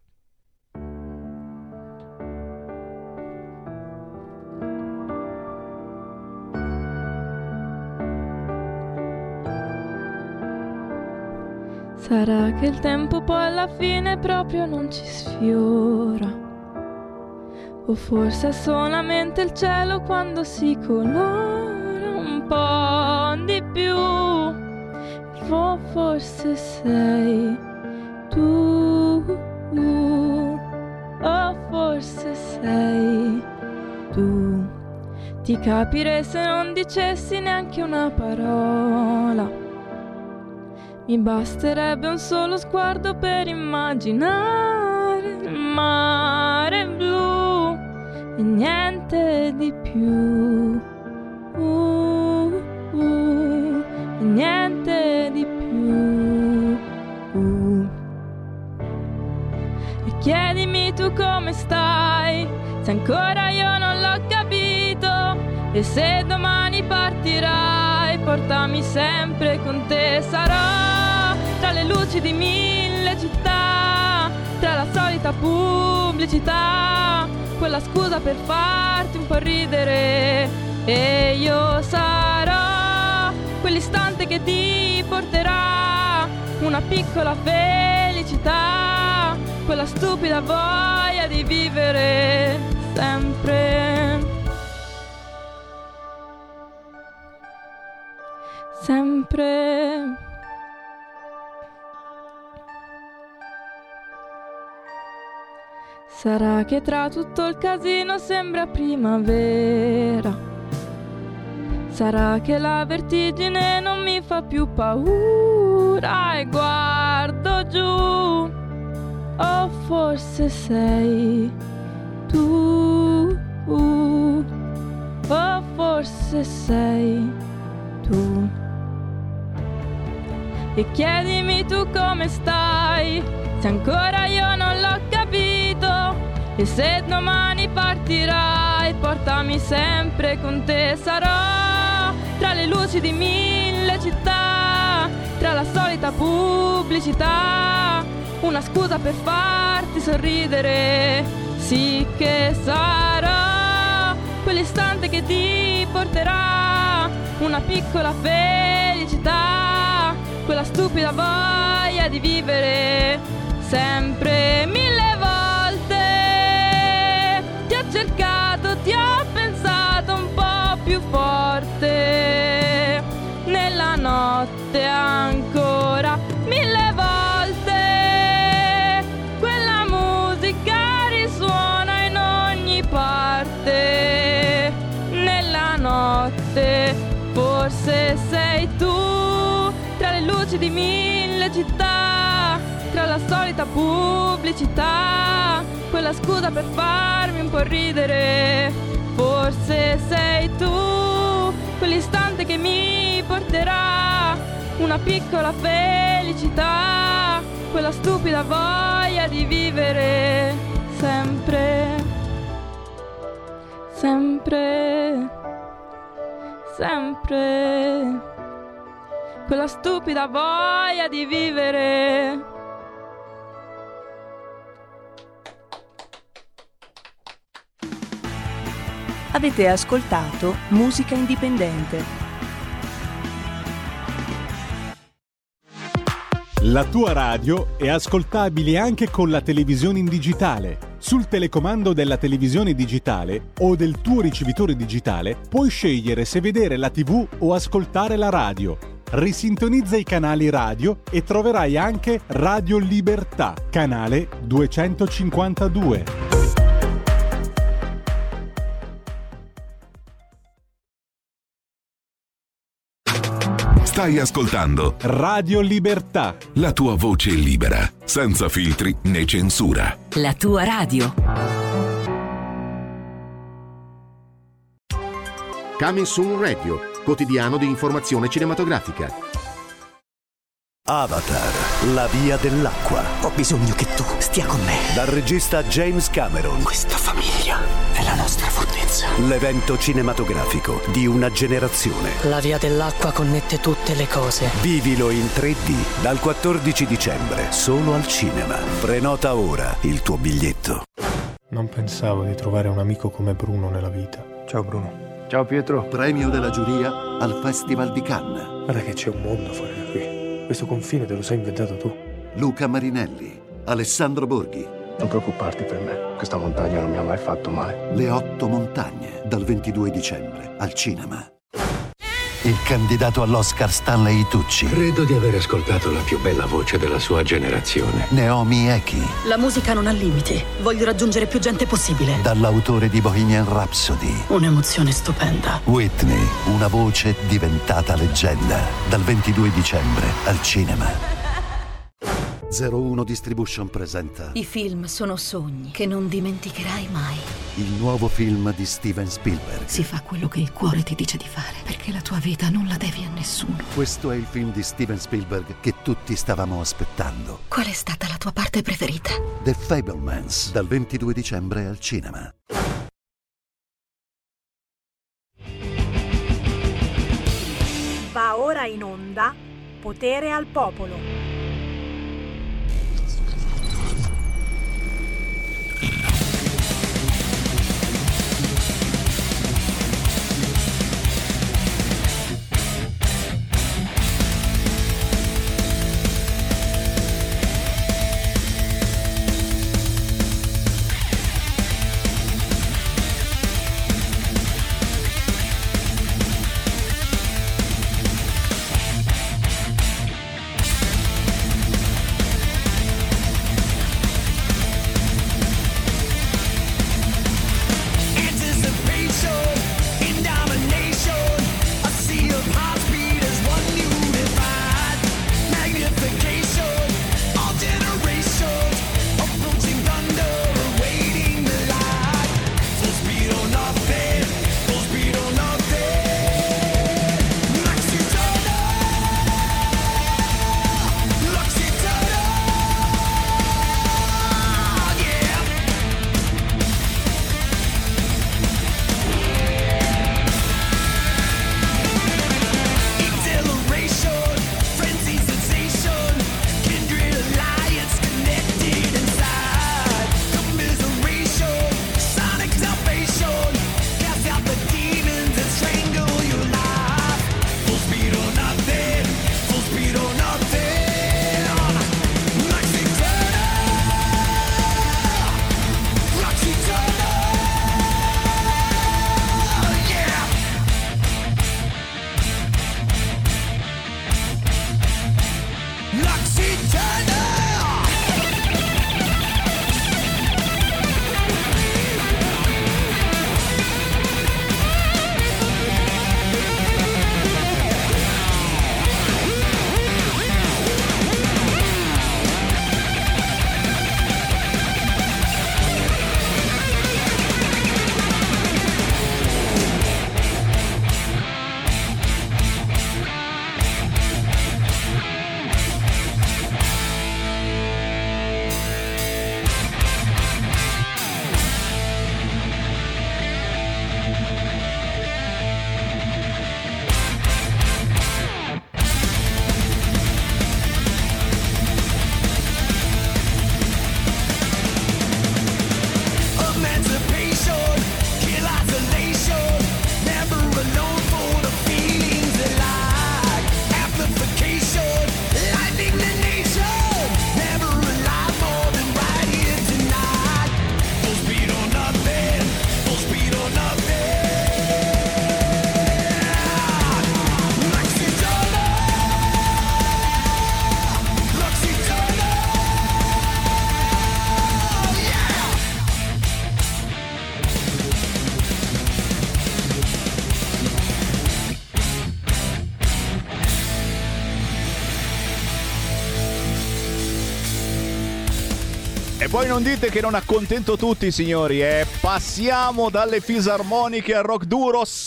S5: Sarà che il tempo poi alla fine proprio non ci sfiora, o forse è solamente il cielo quando si colora un po' di più, o forse sei tu, o forse sei tu. Ti capirei se non dicessi neanche una parola. Mi basterebbe un solo sguardo per immaginare il mare blu e niente di più, e niente di più. E chiedimi tu come stai, se ancora io non l'ho capito, e se domani partirai, portami sempre con te. Sarò tra le luci di 1000 città, tra la solita pubblicità, quella scusa per farti un po' ridere. E io sarò quell'istante che ti porterà una piccola felicità, quella stupida voglia di vivere sempre. Sempre. Sarà che tra tutto il casino sembra primavera. Sarà che la vertigine non mi fa più paura e guardo giù. O forse sei tu, o forse sei tu. E chiedimi tu come stai, se ancora io non E se domani partirai, portami sempre con te. Sarò tra le luci di 1000 città, tra la solita pubblicità, una scusa per farti sorridere. Sì che sarò quell'istante che ti porterà una piccola felicità, quella stupida voglia di vivere sempre 1000 volte. Ti ho cercato, ti ho pensato un po' più forte, nella notte ancora 1000 volte. Quella musica risuona in ogni parte, nella notte forse sei tu, tra le luci di 1000 città, tra la solita pubblicità, quella scusa per farmi un po' ridere. Forse sei tu, quell'istante che mi porterà una piccola felicità, quella stupida voglia di vivere sempre, sempre, sempre, quella stupida voglia di vivere.
S1: Avete ascoltato Musica Indipendente.
S8: La tua radio è ascoltabile anche con la televisione in digitale. Sul telecomando della televisione digitale o del tuo ricevitore digitale puoi scegliere se vedere la TV o ascoltare la radio. Risintonizza i canali radio e troverai anche Radio Libertà, canale 252.
S9: Stai ascoltando
S8: Radio Libertà,
S9: la tua voce libera, senza filtri né censura.
S10: La tua radio.
S11: Coming Soon Radio, quotidiano di informazione cinematografica.
S12: Avatar, la via dell'acqua.
S13: Ho bisogno che tu stia con me.
S12: Dal regista James Cameron.
S13: Questa famiglia è la nostra fortezza.
S12: L'evento cinematografico di una generazione.
S13: La via dell'acqua connette tutte le cose.
S12: Vivilo in 3D dal 14 dicembre, solo al cinema. Prenota ora il tuo biglietto.
S14: Non pensavo di trovare un amico come Bruno nella vita. Ciao Bruno. Ciao Pietro.
S15: Premio della giuria al Festival di Cannes.
S14: Guarda che c'è un mondo fuori da qui. Questo confine te lo sei inventato tu.
S15: Luca Marinelli, Alessandro Borghi.
S14: Non preoccuparti per me, questa montagna non mi ha mai fatto male.
S15: Le 8 montagne, dal 22 dicembre, al cinema. Il candidato all'Oscar Stanley Tucci.
S16: Credo di aver ascoltato la più bella voce della sua generazione.
S15: Naomi Eki.
S17: La musica non ha limiti, voglio raggiungere più gente possibile.
S15: Dall'autore di Bohemian Rhapsody.
S17: Un'emozione stupenda.
S15: Whitney, una voce diventata leggenda. Dal 22 dicembre, al cinema. 01 Distribution presenta
S17: I film sono sogni che non dimenticherai mai.
S15: il nuovo film di Steven Spielberg.
S17: Si fa quello che il cuore ti dice di fare, perché la tua vita non la devi a nessuno.
S15: Questo è il film di Steven Spielberg che tutti stavamo aspettando.
S17: Qual è stata la tua parte preferita?
S15: The Fabelmans, dal 22 dicembre al cinema.
S18: Va ora in onda Potere al Popolo.
S3: poi non dite che non accontento tutti, signori, Passiamo dalle fisarmoniche al rock duro. Sì,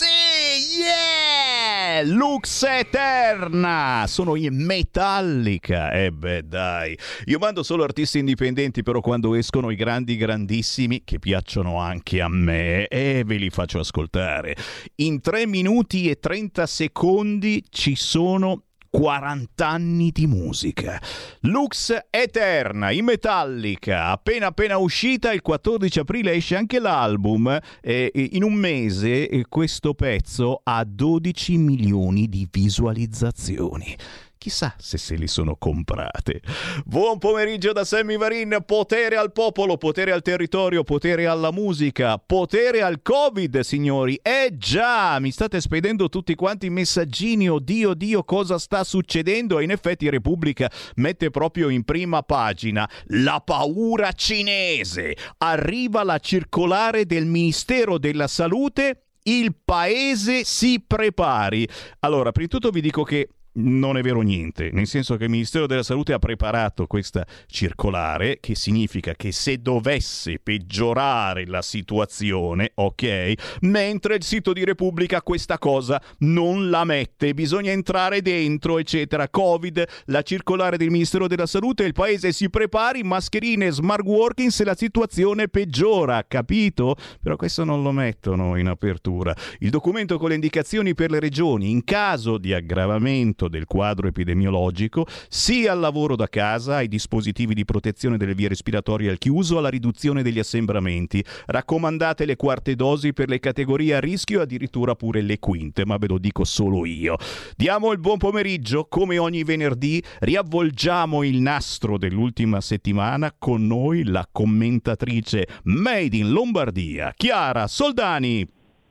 S3: yeah! Lux Eterna! Sono in Metallica. Dai. Io mando solo artisti indipendenti, però quando escono i grandissimi, che piacciono anche a me, ve li faccio ascoltare. In 3 minuti e 30 secondi ci sono 40 anni di musica. Lux Eterna in Metallica, appena uscita. Il 14 aprile esce anche l'album. In un mese questo pezzo ha 12 milioni di visualizzazioni. Chissà se li sono comprate. Buon pomeriggio da Sammy Varin. Potere al popolo, potere al territorio, potere alla musica, potere al Covid, signori. Già, mi state spedendo tutti quanti messaggini. Oddio, cosa sta succedendo? E in effetti Repubblica mette proprio in prima pagina la paura cinese. Arriva la circolare del Ministero della Salute. Il paese si prepari. Allora, prima di tutto vi dico che non è vero niente, nel senso che il Ministero della Salute ha preparato questa circolare, che significa che se dovesse peggiorare la situazione, ok, mentre il sito di Repubblica questa cosa non la mette, bisogna entrare dentro, eccetera. Covid, la circolare del Ministero della Salute, il paese si prepari, mascherine, smart working se la situazione peggiora, capito? Però questo non lo mettono in apertura. Il documento con le indicazioni per le regioni in caso di aggravamento del quadro epidemiologico, sia al lavoro da casa, ai dispositivi di protezione delle vie respiratorie al chiuso, alla riduzione degli assembramenti. Raccomandate le quarte dosi per le categorie a rischio, addirittura pure le quinte, ma ve lo dico solo io. Diamo il buon pomeriggio, come ogni venerdì, riavvolgiamo il nastro dell'ultima settimana con noi la commentatrice Made in Lombardia, Chiara Soldani.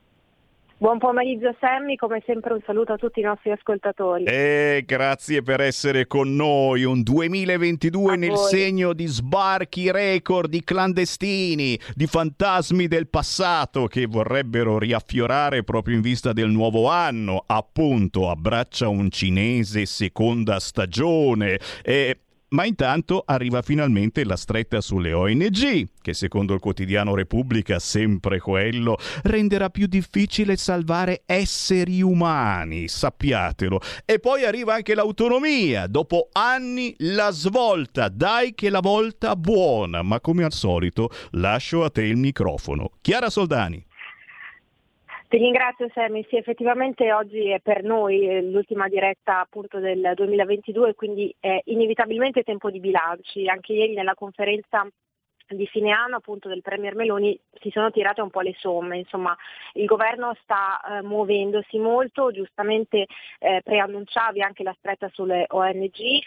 S10: Buon pomeriggio Sammy, come sempre un saluto a tutti i nostri ascoltatori.
S3: Grazie per essere con noi, un 2022 a nel voi. Segno di sbarchi record, di clandestini, di fantasmi del passato che vorrebbero riaffiorare proprio in vista del nuovo anno. Appunto, abbraccia un cinese seconda stagione. Ma intanto arriva finalmente la stretta sulle ONG, che secondo il quotidiano Repubblica, sempre quello, renderà più difficile salvare esseri umani, sappiatelo. E poi arriva anche l'autonomia, dopo anni la svolta, dai che la volta buona, ma come al solito lascio a te il microfono. Chiara Soldani.
S10: Ti ringrazio Sammy, sì, effettivamente oggi è per noi l'ultima diretta appunto del 2022, quindi è inevitabilmente tempo di bilanci. Anche ieri nella conferenza di fine anno appunto del Premier Meloni si sono tirate un po' le somme, insomma il governo sta muovendosi molto, giustamente preannunciavi anche la stretta sulle ONG,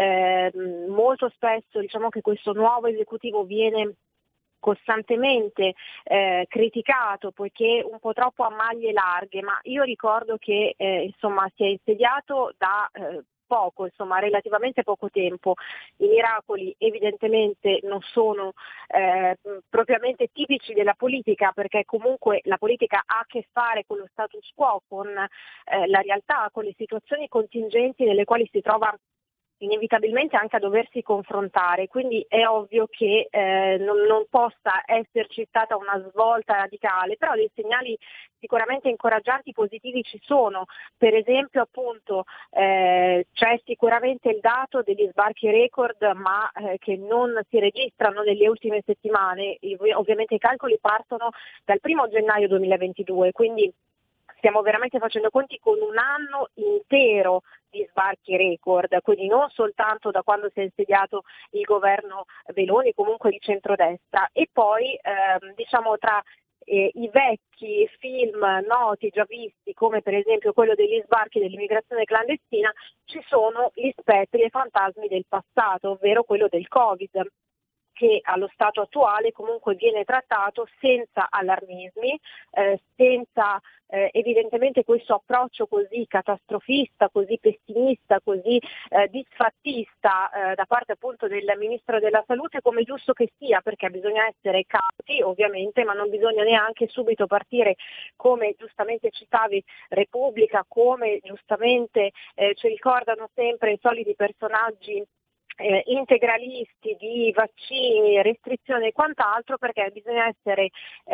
S10: molto spesso diciamo che questo nuovo esecutivo viene costantemente criticato poiché un po' troppo a maglie larghe, ma io ricordo che insomma si è insediato da poco, insomma relativamente poco tempo. I miracoli evidentemente non sono propriamente tipici della politica, perché comunque la politica ha a che fare con lo status quo, con la realtà, con le situazioni contingenti nelle quali si trova inevitabilmente anche a doversi confrontare, quindi è ovvio che non possa esserci stata una svolta radicale, però dei segnali sicuramente incoraggianti, positivi ci sono. Per esempio appunto c'è sicuramente il dato degli sbarchi record, ma che non si registrano nelle ultime settimane. Ovviamente i calcoli partono dal 1 gennaio 2022, quindi stiamo veramente facendo conti con un anno intero di sbarchi record, quindi non soltanto da quando si è insediato il governo Meloni, comunque di centrodestra. E poi diciamo tra i vecchi film noti, già visti, come per esempio quello degli sbarchi dell'immigrazione clandestina, ci sono gli spettri e fantasmi del passato, ovvero quello del Covid, che allo stato attuale comunque viene trattato senza allarmismi, senza evidentemente questo approccio così catastrofista, così pessimista, così disfattista da parte appunto del Ministro della Salute, come giusto che sia, perché bisogna essere cauti ovviamente, ma non bisogna neanche subito partire, come giustamente citavi Repubblica, come giustamente ci ricordano sempre i soliti personaggi integralisti di vaccini, restrizioni e quant'altro, perché bisogna essere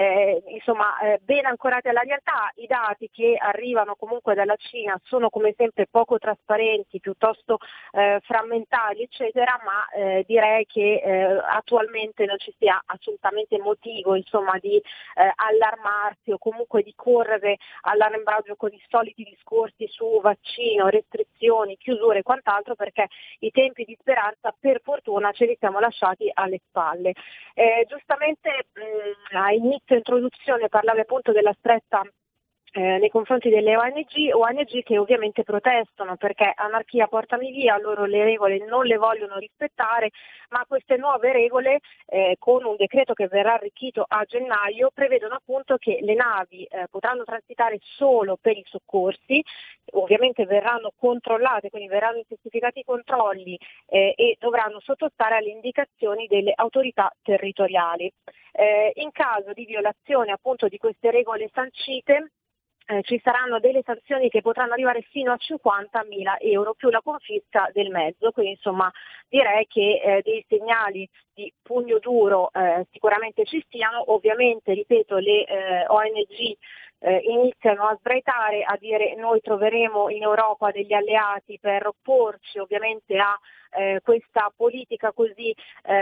S10: ben ancorati alla realtà. I dati che arrivano comunque dalla Cina sono come sempre poco trasparenti, piuttosto frammentari eccetera, ma direi che attualmente non ci sia assolutamente motivo di allarmarsi o comunque di correre all'arrembaggio con i soliti discorsi su vaccino, restrizioni, chiusure e quant'altro, perché i tempi di speranza per fortuna ce li siamo lasciati alle spalle. Giustamente a inizio introduzione parlavi appunto della stretta nei confronti delle ONG che ovviamente protestano, perché anarchia portami via, loro le regole non le vogliono rispettare, ma queste nuove regole con un decreto che verrà arricchito a gennaio prevedono appunto che le navi potranno transitare solo per i soccorsi, ovviamente verranno controllate, quindi verranno intensificati i controlli e dovranno sottostare alle indicazioni delle autorità territoriali. In caso di violazione appunto di queste regole sancite ci saranno delle sanzioni che potranno arrivare fino a 50.000 euro più la confisca del mezzo, quindi direi che dei segnali di pugno duro sicuramente ci stiano. Ovviamente, ripeto, le ONG iniziano a sbraitare, a dire noi troveremo in Europa degli alleati per opporci ovviamente a questa politica così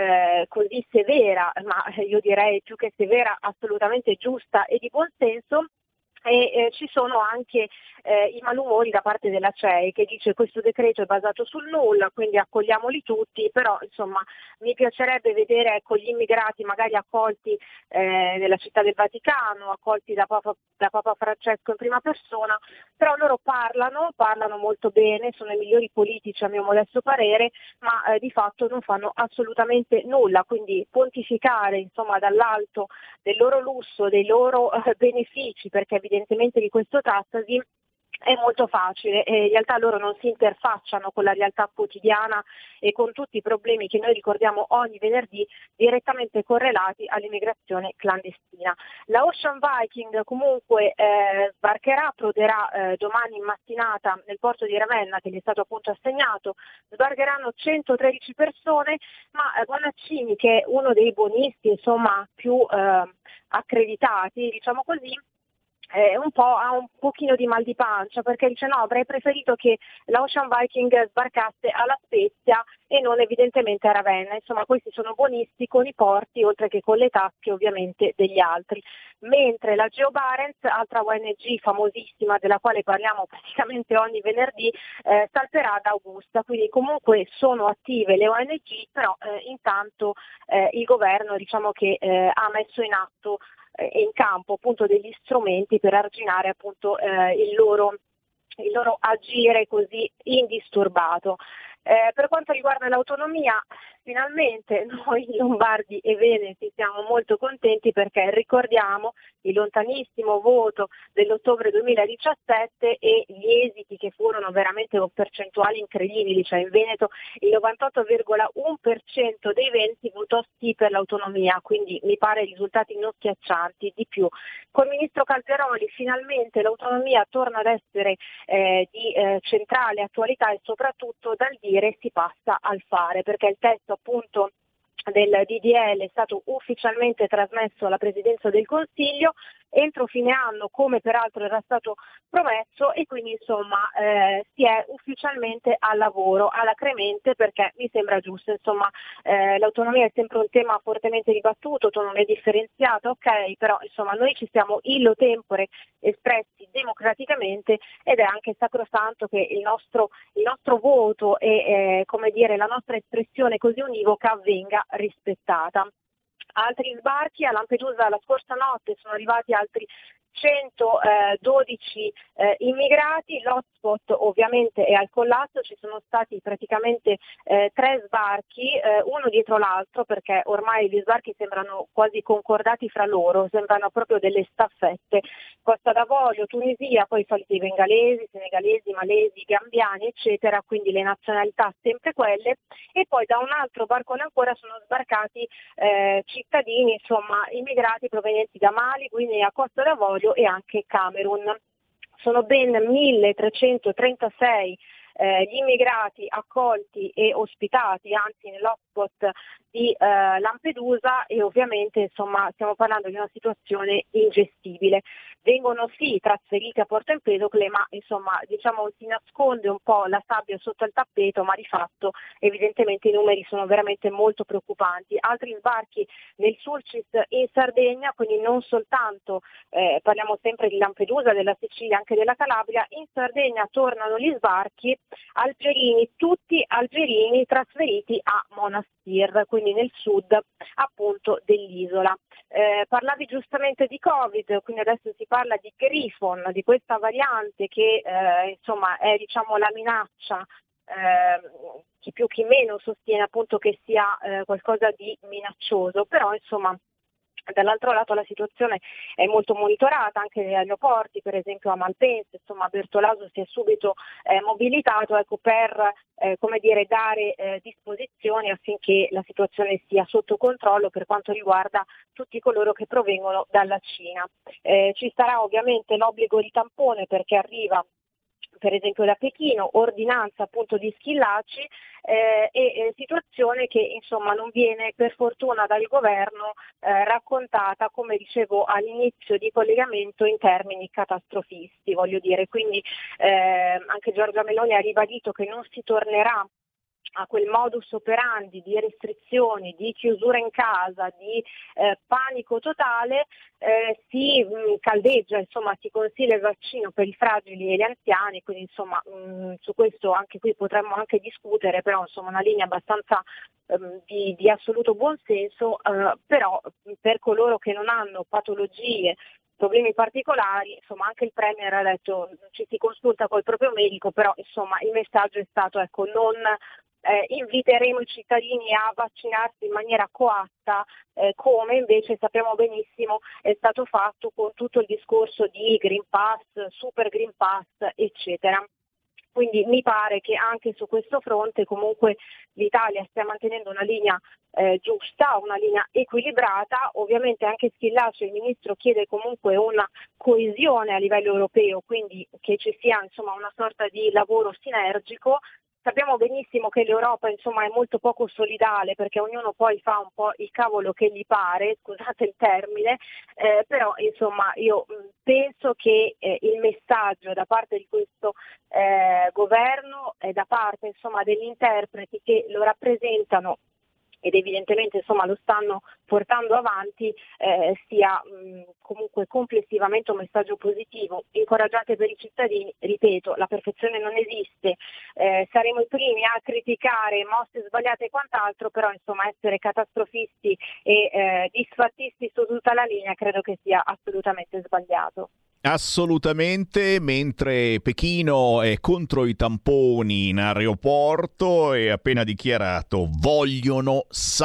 S10: severa, ma io direi più che severa assolutamente giusta e di buon senso. E ci sono anche i malumori da parte della CEI, che dice questo decreto è basato sul nulla, quindi accogliamoli tutti, però mi piacerebbe vedere gli immigrati magari accolti nella città del Vaticano, accolti da Papa Francesco in prima persona, però loro parlano molto bene, sono i migliori politici a mio modesto parere, ma di fatto non fanno assolutamente nulla, quindi pontificare dall'alto del loro lusso, dei loro benefici, perché evidentemente di questo trattasi, è molto facile e in realtà loro non si interfacciano con la realtà quotidiana e con tutti i problemi che noi ricordiamo ogni venerdì direttamente correlati all'immigrazione clandestina. La Ocean Viking comunque approderà domani in mattinata nel porto di Ravenna, che gli è stato appunto assegnato. Sbarcheranno 113 persone, ma Bonaccini, che è uno dei buonisti più accreditati, diciamo così, ha un pochino di mal di pancia, perché dice no, avrei preferito che la Ocean Viking sbarcasse alla Spezia e non evidentemente a Ravenna. Questi sono buonisti con i porti oltre che con le tasche ovviamente degli altri. Mentre la Geo Barents, altra ONG famosissima della quale parliamo praticamente ogni venerdì, salterà ad Augusta, quindi comunque sono attive le ONG, però intanto il governo che ha messo in atto e in campo appunto degli strumenti per arginare appunto il loro agire così indisturbato. Per quanto riguarda l'autonomia, finalmente noi lombardi e veneti siamo molto contenti, perché ricordiamo il lontanissimo voto dell'ottobre 2017 e gli esiti che furono veramente con percentuali incredibili, cioè in Veneto il 98,1% dei veneti votò sì per l'autonomia, quindi mi pare risultati non schiaccianti. Di più, col ministro Calderoli finalmente l'autonomia torna ad essere di centrale attualità e soprattutto dal dire si passa al fare, perché il testo appunto del DDL è stato ufficialmente trasmesso alla Presidenza del Consiglio entro fine anno, come peraltro era stato promesso, e quindi si è ufficialmente al lavoro alacremente, perché mi sembra giusto. L'autonomia è sempre un tema fortemente dibattuto, autonomia differenziata, ok, però noi ci siamo illo tempore espressi democraticamente ed è anche sacrosanto che il nostro voto e la nostra espressione così univoca venga rispettata. Altri sbarchi a Lampedusa la scorsa notte, sono arrivati altri 112 immigrati, l'hotspot ovviamente è al collasso, ci sono stati praticamente 3 sbarchi, uno dietro l'altro, perché ormai gli sbarchi sembrano quasi concordati fra loro, sembrano proprio delle staffette. Costa d'Avorio, Tunisia, poi i soliti bengalesi, senegalesi, malesi, gambiani eccetera, quindi le nazionalità sempre quelle, e poi da un altro barcone ancora sono sbarcati cittadini, immigrati provenienti da Mali, Guinea, Costa d'Avorio e anche Camerun. Sono ben 1336 gli immigrati accolti e ospitati, anzi nell'hotspot di Lampedusa, e ovviamente insomma stiamo parlando di una situazione ingestibile. Vengono sì trasferiti a Porto Empedocle, ma insomma diciamo si nasconde un po' la sabbia sotto il tappeto, ma di fatto evidentemente i numeri sono veramente molto preoccupanti. Altri sbarchi nel Sulcis in Sardegna, quindi non soltanto parliamo sempre di Lampedusa, della Sicilia, anche della Calabria. In Sardegna tornano gli sbarchi algerini, tutti algerini trasferiti a Monastir, quindi nel sud appunto dell'isola. Parlavi giustamente di Covid, quindi adesso si parla di Grifon, di questa variante che insomma è diciamo la minaccia. Chi più chi meno sostiene appunto che sia qualcosa di minaccioso, però insomma dall'altro lato la situazione è molto monitorata anche negli aeroporti, per esempio a Malpensa, insomma Bertolaso si è subito mobilitato per dare disposizioni affinché la situazione sia sotto controllo per quanto riguarda tutti coloro che provengono dalla Cina. Ci sarà ovviamente l'obbligo di tampone perché arriva per esempio da Pechino, ordinanza appunto di Schillaci e situazione che insomma non viene per fortuna dal governo raccontata, come dicevo all'inizio di collegamento, in termini catastrofisti, voglio dire. Quindi anche Giorgia Meloni ha ribadito che non si tornerà a quel modus operandi di restrizioni, di chiusura in casa, di panico totale. Si caldeggia, insomma si consiglia il vaccino per i fragili e gli anziani, quindi insomma su questo anche qui potremmo anche discutere, però insomma una linea abbastanza di assoluto buonsenso, però per coloro che non hanno patologie, problemi particolari, insomma anche il Premier ha detto ci si consulta col proprio medico, però insomma il messaggio è stato non inviteremo i cittadini a vaccinarsi in maniera coatta, come invece sappiamo benissimo è stato fatto con tutto il discorso di Green Pass, Super Green Pass, eccetera. Quindi mi pare che anche su questo fronte comunque l'Italia stia mantenendo una linea giusta, una linea equilibrata. Ovviamente anche Schillaci, il ministro, chiede comunque una coesione a livello europeo, quindi che ci sia insomma una sorta di lavoro sinergico. Sappiamo benissimo che l'Europa insomma è molto poco solidale perché ognuno poi fa un po' il cavolo che gli pare, scusate il termine, però insomma io penso che il messaggio da parte di questo governo e da parte insomma degli interpreti che lo rappresentano ed evidentemente insomma lo stanno portando avanti, sia comunque complessivamente un messaggio positivo, incoraggiante per i cittadini. Ripeto, la perfezione non esiste, saremo i primi a criticare mosse sbagliate e quant'altro, però insomma essere catastrofisti e disfattisti su tutta la linea credo che sia assolutamente sbagliato.
S3: Assolutamente, mentre Pechino è contro i tamponi in aeroporto e appena dichiarato vogliono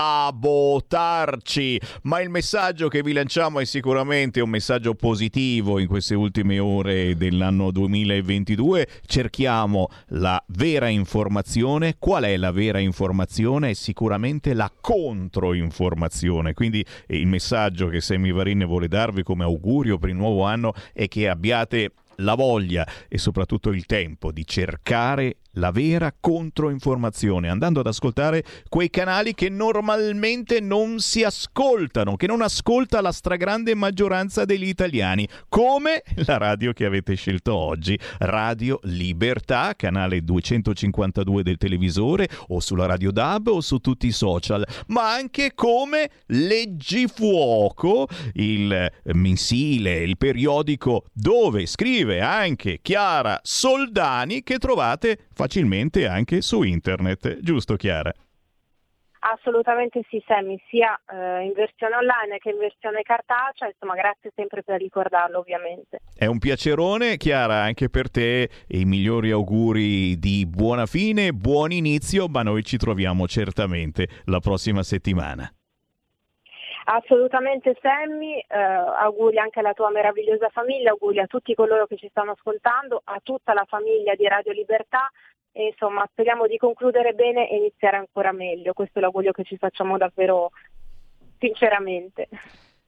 S3: sabotarci, ma il messaggio che vi lanciamo è sicuramente un messaggio positivo in queste ultime ore dell'anno 2022. Cerchiamo la vera informazione. Qual è la vera informazione? È sicuramente la controinformazione, quindi il messaggio che Sammy Varin vuole darvi come augurio per il nuovo anno è che abbiate la voglia e soprattutto il tempo di cercare la vera controinformazione, andando ad ascoltare quei canali che normalmente non si ascoltano, che non ascolta la stragrande maggioranza degli italiani, come la radio che avete scelto oggi, Radio Libertà, canale 252 del televisore, o sulla Radio DAB o su tutti i social, ma anche come Leggifuoco, il mensile, il periodico dove scrive anche Chiara Soldani, che trovate facilmente anche su internet, giusto Chiara?
S10: Assolutamente sì, Sammy, sia in versione online che in versione cartacea, insomma grazie sempre per ricordarlo ovviamente.
S3: È un piacerone Chiara, anche per te i migliori auguri di buona fine, buon inizio, ma noi ci troviamo certamente la prossima settimana.
S10: Assolutamente Sammy, auguri anche alla tua meravigliosa famiglia, auguri a tutti coloro che ci stanno ascoltando, a tutta la famiglia di Radio Libertà e insomma speriamo di concludere bene e iniziare ancora meglio, questo è l'augurio che ci facciamo davvero sinceramente.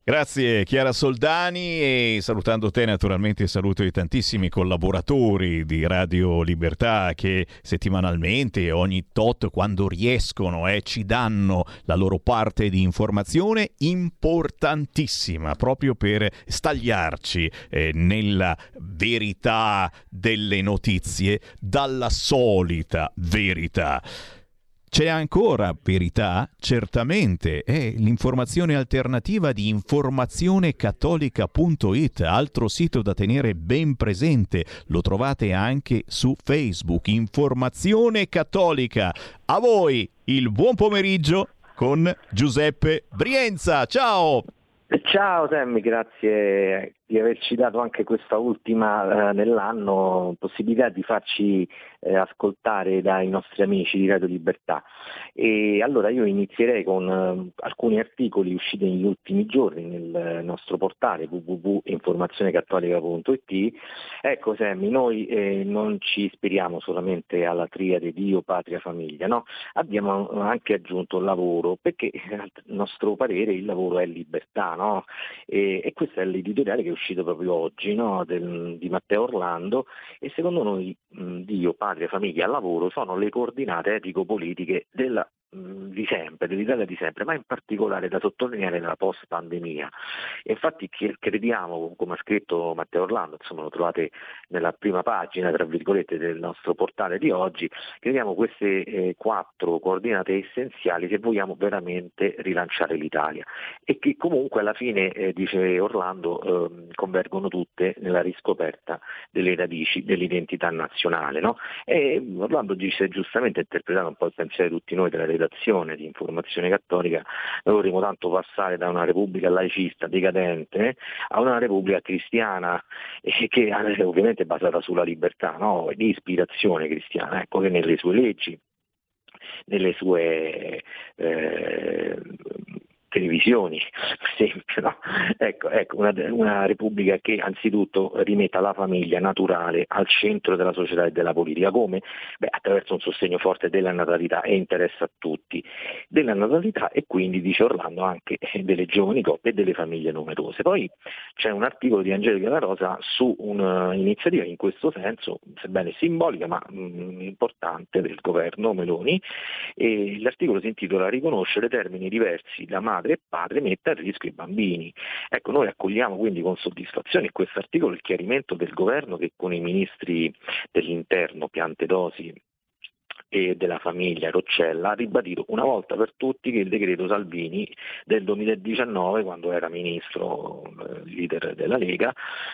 S3: Grazie Chiara Soldani, e salutando te naturalmente saluto i tantissimi collaboratori di Radio Libertà che settimanalmente, ogni tot, quando riescono, ci danno la loro parte di informazione importantissima proprio per stagliarci nella verità delle notizie dalla solita verità. C'è ancora verità? Certamente, è l'informazione alternativa di informazionecattolica.it, altro sito da tenere ben presente. Lo trovate anche su Facebook, Informazione Cattolica. A voi il buon pomeriggio con Giuseppe Brienza. Ciao!
S19: Ciao Sammy, grazie di averci dato anche questa ultima nell'anno possibilità di farci ascoltare dai nostri amici di Radio Libertà. E allora io inizierei con alcuni articoli usciti negli ultimi giorni nel nostro portale www.informazionecattolica.it. Ecco Sammy, noi non ci ispiriamo solamente alla triade Dio, Patria, Famiglia, no? Abbiamo anche aggiunto lavoro, perché a nostro parere il lavoro è libertà, no? E questo è l'editoriale che è uscito proprio oggi, no? Di Matteo Orlando, e secondo noi Dio, Patria, Famiglia, Lavoro sono le coordinate etico-politiche di sempre, dell'Italia di sempre, ma in particolare da sottolineare nella post-pandemia. E infatti crediamo, come ha scritto Matteo Orlando, insomma lo trovate nella prima pagina, tra virgolette, del nostro portale di oggi, crediamo queste 4 coordinate essenziali se vogliamo veramente rilanciare l'Italia, e che comunque alla fine, dice Orlando, convergono tutte nella riscoperta delle radici dell'identità nazionale, no? E Orlando dice giustamente, interpretato un po' il pensiero di tutti noi della redazione di Informazione Cattolica, noi vorremmo tanto passare da una repubblica laicista decadente a una repubblica cristiana, che ovviamente è basata sulla libertà, no? Di ispirazione cristiana, ecco, che nelle sue leggi, nelle sue televisioni, per esempio, no? Ecco, una repubblica che anzitutto rimetta la famiglia naturale al centro della società e della politica. Come? Attraverso un sostegno forte della natalità, e interessa a tutti della natalità, e quindi, dice Orlando, anche delle giovani coppie e delle famiglie numerose. Poi c'è un articolo di Angelica La Rosa su un'iniziativa in questo senso, sebbene simbolica ma importante, del governo Meloni, e l'articolo si intitola "Riconoscere termini diversi da madre e padre mette a rischio i bambini". Ecco, noi accogliamo quindi con soddisfazione questo articolo, il chiarimento del governo, che con i ministri dell'interno Piantedosi e della famiglia Roccella ha ribadito una volta per tutti che il decreto Salvini del 2019, quando era ministro, leader della Lega,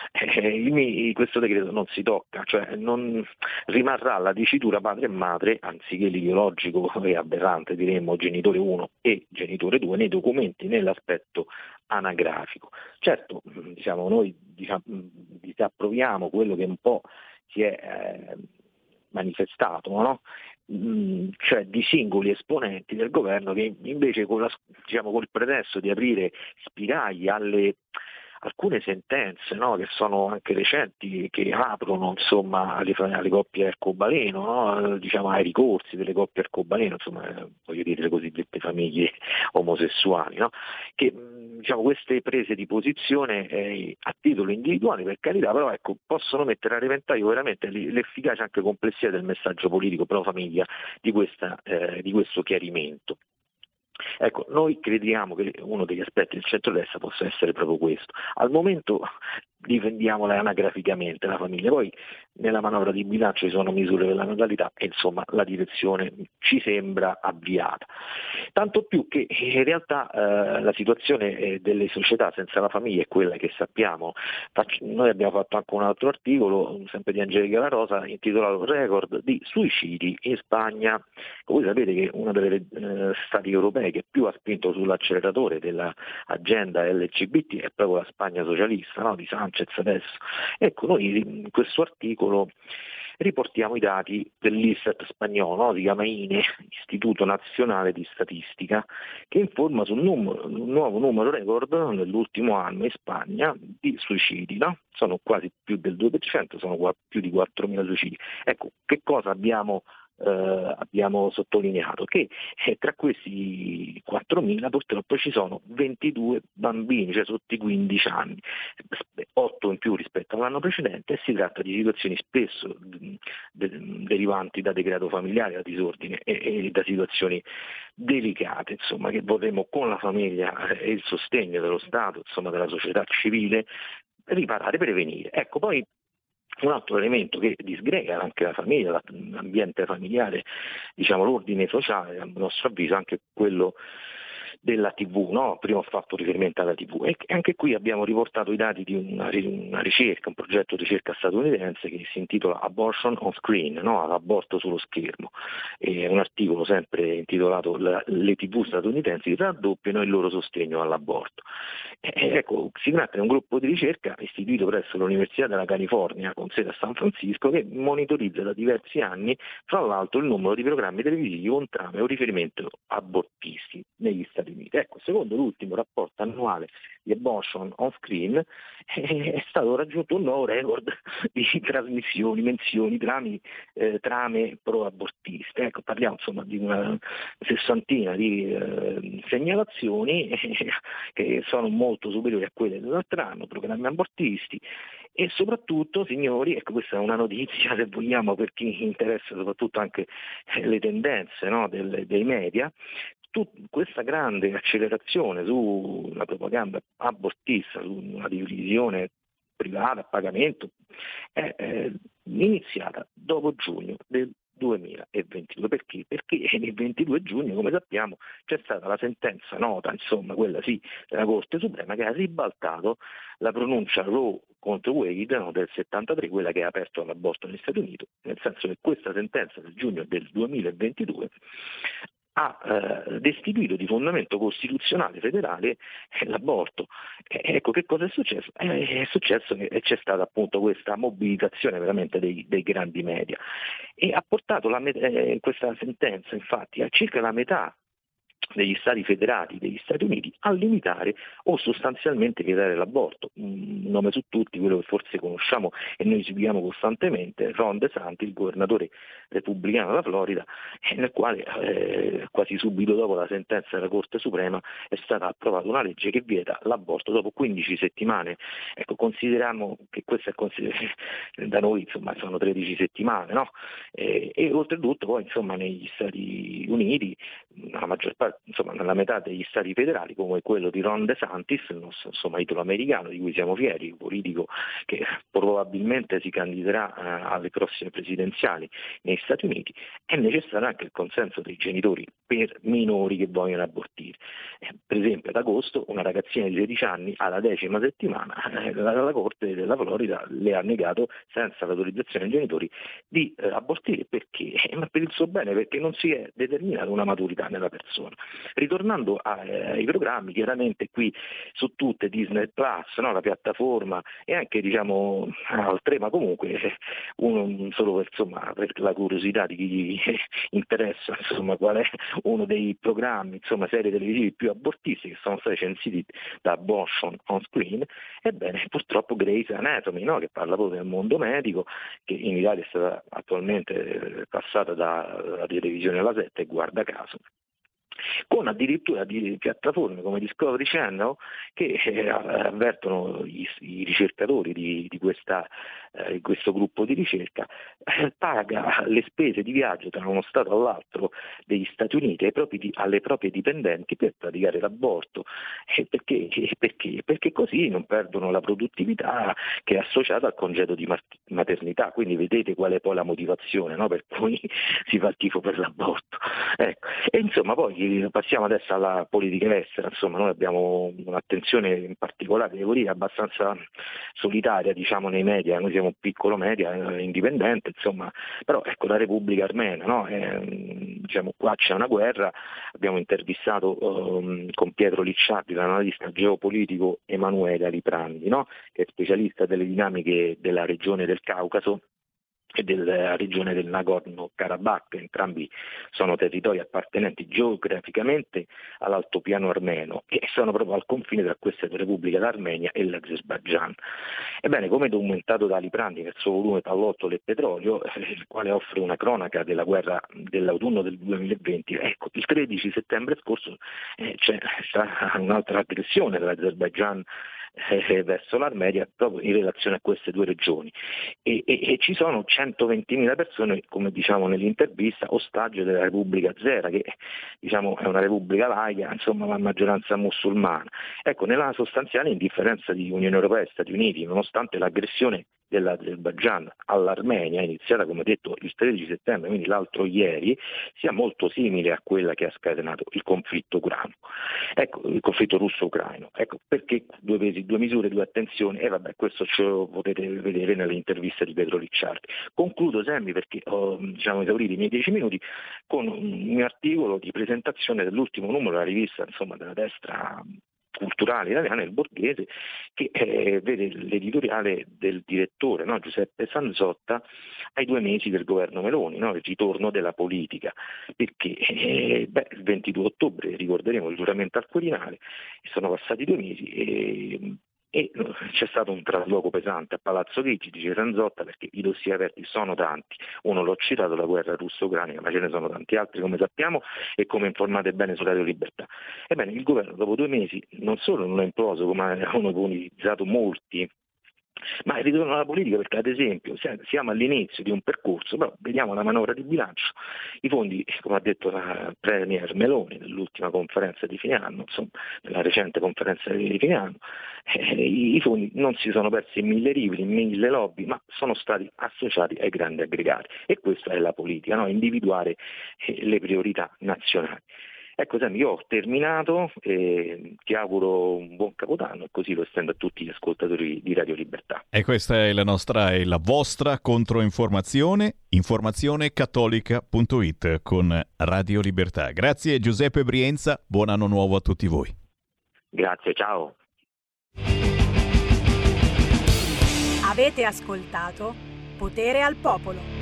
S19: questo decreto non si tocca, cioè non rimarrà la dicitura padre e madre, anziché l'ideologico e aberrante, diremmo, genitore 1 e genitore 2 nei documenti, nell'aspetto anagrafico. Certo, noi disapproviamo quello che un po' si è manifestato, no? Cioè di singoli esponenti del governo che invece col pretesto di aprire spiragli alle alcune sentenze, no, che sono anche recenti, che aprono insomma alle coppie arcobaleno, no, ai ricorsi delle coppie arcobaleno, insomma, voglio dire, le cosiddette famiglie omosessuali, no, che queste prese di posizione a titolo individuale, per carità, però ecco, possono mettere a repentaglio veramente l'efficacia anche complessiva del messaggio politico pro famiglia di questo chiarimento. Ecco, noi crediamo che uno degli aspetti del centrodestra possa essere proprio questo. Al momento difendiamola anagraficamente la famiglia, poi nella manovra di bilancio ci sono misure per la natalità e insomma la direzione ci sembra avviata. Tanto più che in realtà la situazione delle società senza la famiglia è quella che sappiamo. Noi abbiamo fatto anche un altro articolo, sempre di Angelica La Rosa, intitolato "Record di suicidi in Spagna". Voi sapete che uno dei stati europei che più ha spinto sull'acceleratore dell'agenda LGBT è proprio la Spagna socialista, no? Di Sanchez adesso. Ecco, noi in questo articolo riportiamo i dati dell'Istat spagnolo, no? Si chiama INE, Istituto Nazionale di Statistica, che informa sul un nuovo numero record nell'ultimo anno in Spagna di suicidi, no? Sono quasi più del 2%, sono più di 4.000 suicidi. Ecco, che cosa abbiamo abbiamo sottolineato che tra questi 4.000 purtroppo ci sono 22 bambini, cioè sotto i 15 anni, 8 in più rispetto all'anno precedente, e si tratta di situazioni spesso derivanti da decreto familiare, da disordine e da situazioni delicate, insomma, che vorremmo con la famiglia e il sostegno dello Stato, insomma, della società civile, riparare, prevenire. Ecco, poi un altro elemento che disgrega anche la famiglia, l'ambiente familiare, diciamo l'ordine sociale, a nostro avviso anche quello della TV, no? Prima ho fatto riferimento alla TV e anche qui abbiamo riportato i dati di una ricerca, un progetto di ricerca statunitense che si intitola Abortion on Screen, no? L'aborto sullo schermo. È un articolo sempre intitolato Le TV statunitensi raddoppiano il loro sostegno all'aborto. Ecco, si tratta di un gruppo di ricerca istituito presso l'Università della California con sede a San Francisco che monitorizza da diversi anni, fra l'altro, il numero di programmi televisivi con trame o riferimento abortisti negli Stati Uniti. Ecco, secondo l'ultimo rapporto annuale di Abortion on Screen è stato raggiunto un nuovo record di trasmissioni, menzioni, trame pro-abortiste. Ecco, parliamo insomma di una sessantina di segnalazioni che sono molto superiori a quelle dell'altro anno, programmi abortisti. E soprattutto, signori, ecco, questa è una notizia, se vogliamo, per chi interessa soprattutto anche le tendenze, no, dei media, questa grande accelerazione sulla propaganda abortista, su una televisione privata a pagamento, è iniziata dopo giugno del 2022. Perché? Perché il 22 giugno, come sappiamo, c'è stata la sentenza nota, insomma, quella sì, della Corte Suprema, che ha ribaltato la pronuncia Roe contro Wade, no, del 73, quella che ha aperto all'aborto negli Stati Uniti, nel senso che questa sentenza del giugno del 2022 ha destituito di fondamento costituzionale federale l'aborto. Ecco che cosa è successo? È successo che c'è stata appunto questa mobilitazione veramente dei grandi media e ha portato questa sentenza infatti a circa la metà degli stati federati degli Stati Uniti a limitare o sostanzialmente vietare l'aborto. Un nome su tutti, quello che forse conosciamo e noi seguiamo costantemente, Ron DeSantis, il governatore repubblicano della Florida, nel quale quasi subito dopo la sentenza della Corte Suprema è stata approvata una legge che vieta l'aborto dopo 15 settimane. Ecco, consideriamo che questo è da noi insomma sono 13 settimane, no? E oltretutto poi insomma negli Stati Uniti la maggior parte, insomma nella metà degli stati federali, come quello di Ron DeSantis, il nostro insomma italo-americano di cui siamo fieri, un politico che probabilmente si candiderà alle prossime presidenziali negli Stati Uniti, è necessario anche il consenso dei genitori per minori che vogliono abortire. Per esempio ad agosto una ragazzina di 16 anni alla 10ª settimana la Corte della Florida le ha negato senza l'autorizzazione dei genitori di abortire. Perché? Ma per il suo bene, perché non si è determinata una maturità nella persona. Ritornando ai programmi, chiaramente qui su tutte Disney Plus, no, la piattaforma, e anche diciamo altre, ma comunque uno solo per la curiosità di chi interessa insomma qual è uno dei programmi, insomma serie televisive più abortisti che sono stati censiti da Abortion on Screen. Ebbene, purtroppo Grey's Anatomy, no, che parla proprio del mondo medico, che in Italia è stata attualmente passata dalla televisione alla 7, guarda caso, con addirittura di piattaforme come Discovery Channel che avvertono i ricercatori di questo gruppo di ricerca, paga le spese di viaggio tra uno stato all'altro degli Stati Uniti alle proprie dipendenti per praticare l'aborto. Perché così non perdono la produttività che è associata al congedo di maternità. Quindi vedete qual è poi la motivazione, no, per cui si fa il tifo per l'aborto. Ecco. E insomma poi passiamo adesso alla politica estera. Insomma noi abbiamo un'attenzione in particolare, devo dire, abbastanza solitaria, diciamo, nei media. Noi siamo un piccolo media indipendente, insomma, però ecco la Repubblica Armena, no? Diciamo qua c'è una guerra. Abbiamo intervistato con Pietro Licciardi, l'analista geopolitico Emanuele Aliprandi, no? Che è specialista delle dinamiche della regione del Caucaso e della regione del Nagorno-Karabakh. Entrambi sono territori appartenenti geograficamente all'altopiano armeno e sono proprio al confine tra queste due repubbliche, l'Armenia e l'Azerbaigian. Ebbene, come documentato da Liprandi nel suo volume Pallottole e Petrolio, il quale offre una cronaca della guerra dell'autunno del 2020, ecco, il 13 settembre scorso c'è stata un'altra aggressione dell'Azerbaigian verso l'Armenia proprio in relazione a queste due regioni e ci sono 120.000 persone, come diciamo nell'intervista, ostaggio della Repubblica Azera, che diciamo è una repubblica laica, insomma a maggioranza musulmana. Ecco, nella sostanziale indifferenza di Unione Europea e Stati Uniti, nonostante l'aggressione dell'Azerbaigian all'Armenia, iniziata come detto il 13 settembre, quindi l'altro ieri, sia molto simile a quella che ha scatenato il conflitto ucraino. Ecco, il conflitto russo-ucraino. Ecco, perché due pesi, due misure, due attenzioni, e vabbè, questo ce lo potete vedere nelle interviste di Pietro Licciardi. Concludo, Semmi, perché ho esaurito i miei 10 minuti, con un articolo di presentazione dell'ultimo numero della rivista, insomma, della destra culturale italiana, il Borghese, che vede l'editoriale del direttore, no, Giuseppe Sanzotta, ai 2 mesi del governo Meloni, no, il ritorno della politica, perché il 22 ottobre ricorderemo il giuramento al Quirinale, sono passati 2 mesi e c'è stato un trasloco pesante a Palazzo Chigi, dice Sanzotta, perché i dossier aperti sono tanti. Uno l'ho citato, la guerra russo-ucraina, ma ce ne sono tanti altri, come sappiamo, e come informate bene su Radio Libertà. Ebbene, il governo dopo 2 mesi non solo non è imploso, come hanno ipotizzato molti, ma il ritorno alla politica, perché ad esempio siamo all'inizio di un percorso, però vediamo la manovra di bilancio, i fondi, come ha detto la Premier Meloni nell'ultima conferenza di fine anno, insomma nella recente conferenza di fine anno, i fondi non si sono persi in 1000 rivoli, in 1000 lobby, ma sono stati associati ai grandi aggregati, e questa è la politica, no? Individuare le priorità nazionali. Ecco Sammy, io ho terminato, ti auguro un buon Capodanno e così lo estendo a tutti gli ascoltatori di Radio Libertà.
S3: E questa è la nostra e la vostra controinformazione, informazionecattolica.it con Radio Libertà. Grazie Giuseppe Brienza, buon anno nuovo a tutti voi.
S19: Grazie, ciao.
S18: Avete ascoltato Potere al Popolo.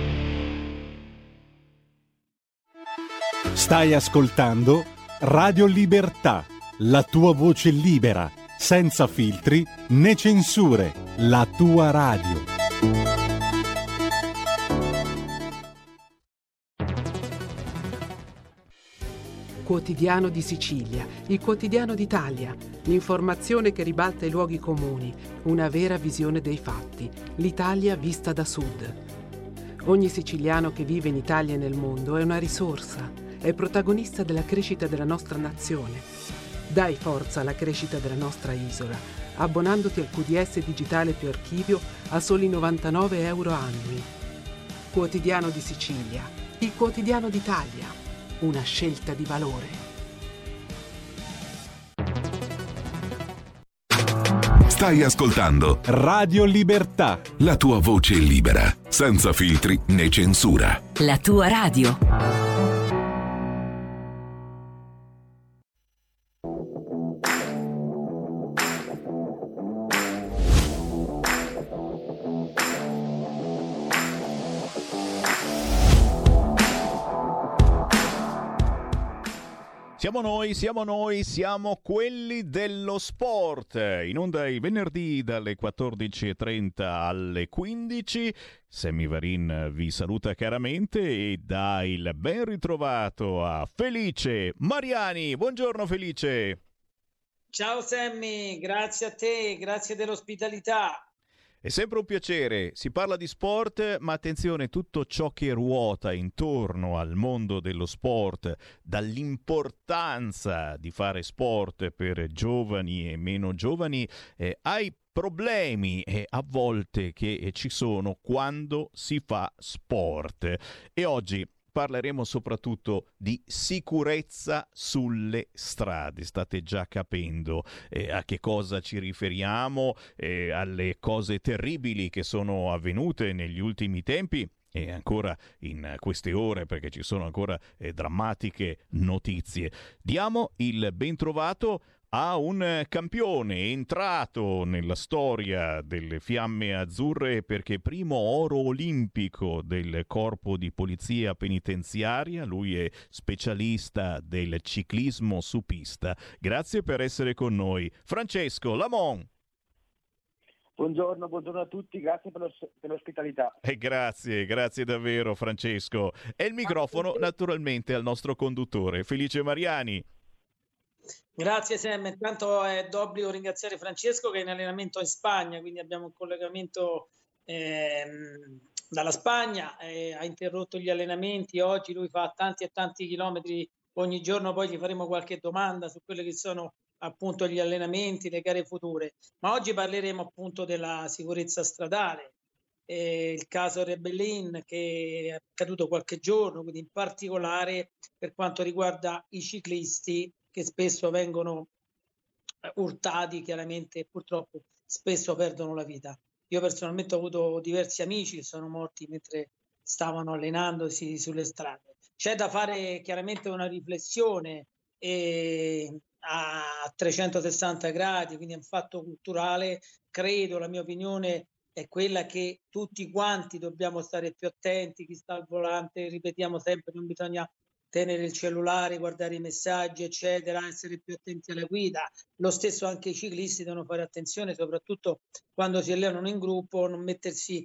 S8: Stai ascoltando Radio Libertà, la tua voce libera, senza filtri né censure, la tua radio.
S20: Quotidiano di Sicilia, il quotidiano d'Italia, l'informazione che ribalta i luoghi comuni, una vera visione dei fatti, l'Italia vista da sud. Ogni siciliano che vive in Italia e nel mondo è una risorsa. È protagonista della crescita della nostra nazione. Dai forza alla crescita della nostra isola, abbonandoti al QDS digitale più archivio a soli 99 euro annui. Quotidiano di Sicilia, il quotidiano d'Italia, una scelta di valore.
S9: Stai ascoltando
S8: Radio Libertà,
S9: la tua voce libera, senza filtri né censura.
S21: La tua radio.
S3: Siamo noi, siamo quelli dello sport. In onda il venerdì dalle 14.30 alle 15. Sammy Varin vi saluta caramente e dà il ben ritrovato a Felice Mariani. Buongiorno Felice.
S22: Ciao Sammy, grazie a te, grazie dell'ospitalità.
S3: È sempre un piacere, si parla di sport, ma attenzione, tutto ciò che ruota intorno al mondo dello sport, dall'importanza di fare sport per giovani e meno giovani, ai problemi a volte che ci sono quando si fa sport. E oggi parleremo soprattutto di sicurezza sulle strade. State già capendo a che cosa ci riferiamo, alle cose terribili che sono avvenute negli ultimi tempi e ancora in queste ore, perché ci sono ancora drammatiche notizie. Diamo il ben trovato a un campione entrato nella storia delle Fiamme Azzurre perché primo oro olimpico del Corpo di Polizia Penitenziaria. Lui è specialista del ciclismo su pista. Grazie per essere con noi. Francesco Lamon.
S2: Buongiorno a tutti, grazie per l'ospitalità.
S3: Grazie davvero Francesco. E il microfono naturalmente al nostro conduttore, Felice Mariani.
S22: Grazie Sam, intanto è d'obbligo ringraziare Francesco che è in allenamento in Spagna, quindi abbiamo un collegamento dalla Spagna, ha interrotto gli allenamenti, oggi lui fa tanti e tanti chilometri ogni giorno, poi gli faremo qualche domanda su quelle che sono appunto gli allenamenti, le gare future, ma oggi parleremo appunto della sicurezza stradale, il caso Rebellin che è accaduto qualche giorno, quindi in particolare per quanto riguarda i ciclisti che spesso vengono urtati, chiaramente purtroppo spesso perdono la vita. Io personalmente ho avuto diversi amici che sono morti mentre stavano allenandosi sulle strade. C'è da fare chiaramente una riflessione a 360 gradi, quindi è un fatto culturale. Credo, la mia opinione è quella che tutti quanti dobbiamo stare più attenti, chi sta al volante, ripetiamo sempre, non bisogna tenere il cellulare, guardare i messaggi, eccetera, essere più attenti alla guida. Lo stesso anche i ciclisti devono fare attenzione, soprattutto quando si allenano in gruppo, non mettersi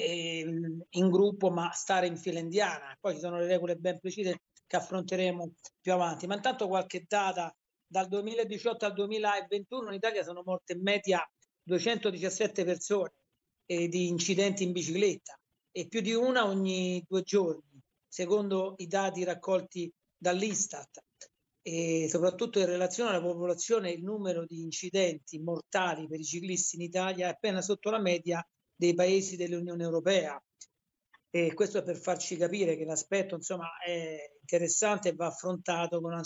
S22: in gruppo, ma stare in fila indiana. Poi ci sono le regole ben precise che affronteremo più avanti. Ma intanto qualche data: dal 2018 al 2021 in Italia sono morte in media 217 persone di incidenti in bicicletta e più di una ogni 2 giorni, secondo i dati raccolti dall'Istat. E soprattutto in relazione alla popolazione, il numero di incidenti mortali per i ciclisti in Italia è appena sotto la media dei paesi dell'Unione Europea. E questo è per farci capire che l'aspetto insomma è interessante e va affrontato con una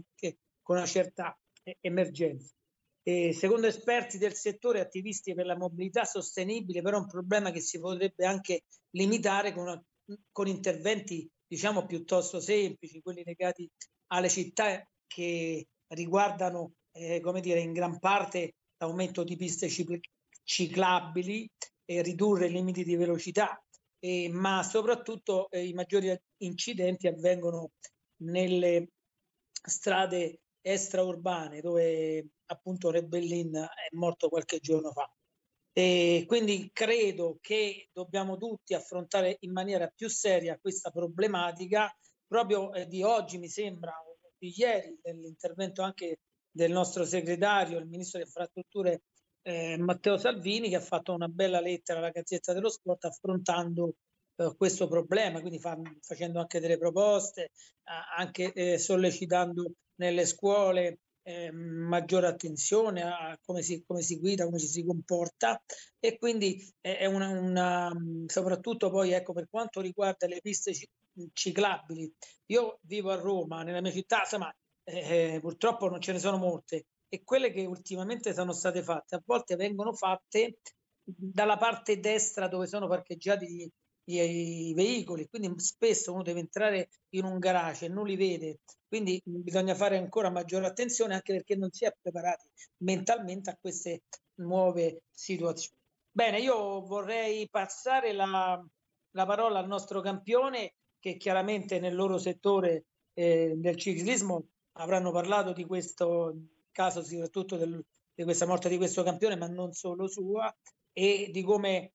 S22: certa emergenza. E secondo esperti del settore, attivisti per la mobilità sostenibile, però è un problema che si potrebbe anche limitare con interventi diciamo piuttosto semplici, quelli legati alle città, che riguardano come dire, in gran parte l'aumento di piste ciclabili e ridurre i limiti di velocità, ma soprattutto i maggiori incidenti avvengono nelle strade extraurbane, dove appunto Rebellin è morto qualche giorno fa. E quindi credo che dobbiamo tutti affrontare in maniera più seria questa problematica. Proprio di oggi, mi sembra, di ieri, dell'intervento anche del nostro segretario, il ministro delle infrastrutture Matteo Salvini, che ha fatto una bella lettera alla Gazzetta dello Sport affrontando questo problema, quindi facendo anche delle proposte, anche sollecitando nelle scuole maggiore attenzione a come si guida, come ci si comporta, e quindi è soprattutto poi ecco, per quanto riguarda le piste ciclabili. Io vivo a Roma, nella mia città, insomma, purtroppo non ce ne sono molte, e quelle che ultimamente sono state fatte a volte vengono fatte dalla parte destra dove sono parcheggiati i veicoli, quindi spesso uno deve entrare in un garage e non li vede, quindi bisogna fare ancora maggiore attenzione, anche perché non si è preparati mentalmente a queste nuove situazioni. Bene, io vorrei passare la parola al nostro campione, che chiaramente nel loro settore del ciclismo avranno parlato di questo caso, soprattutto di questa morte di questo campione, ma non solo sua, e di come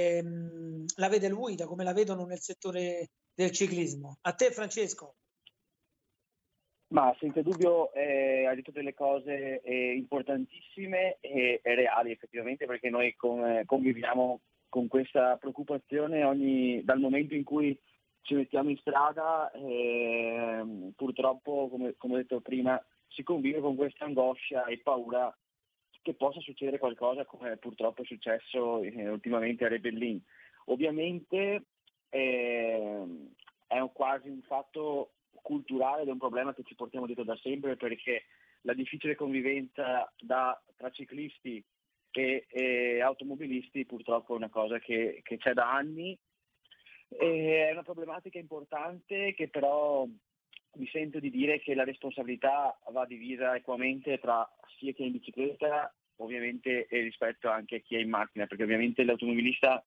S22: la vede lui, da come la vedono nel settore del ciclismo. A te Francesco.
S2: Ma senza dubbio hai detto delle cose importantissime e reali effettivamente, perché noi conviviamo con questa preoccupazione dal momento in cui ci mettiamo in strada, purtroppo come ho detto prima si convive con questa angoscia e paura che possa succedere qualcosa, come purtroppo è successo ultimamente a Rebellin. Ovviamente è quasi un fatto culturale ed è un problema che ci portiamo dietro da sempre, perché la difficile convivenza tra ciclisti e automobilisti purtroppo è una cosa che c'è da anni. È una problematica importante che però mi sento di dire che la responsabilità va divisa equamente tra sia chi è in bicicletta ovviamente e rispetto anche a chi è in macchina, perché ovviamente l'automobilista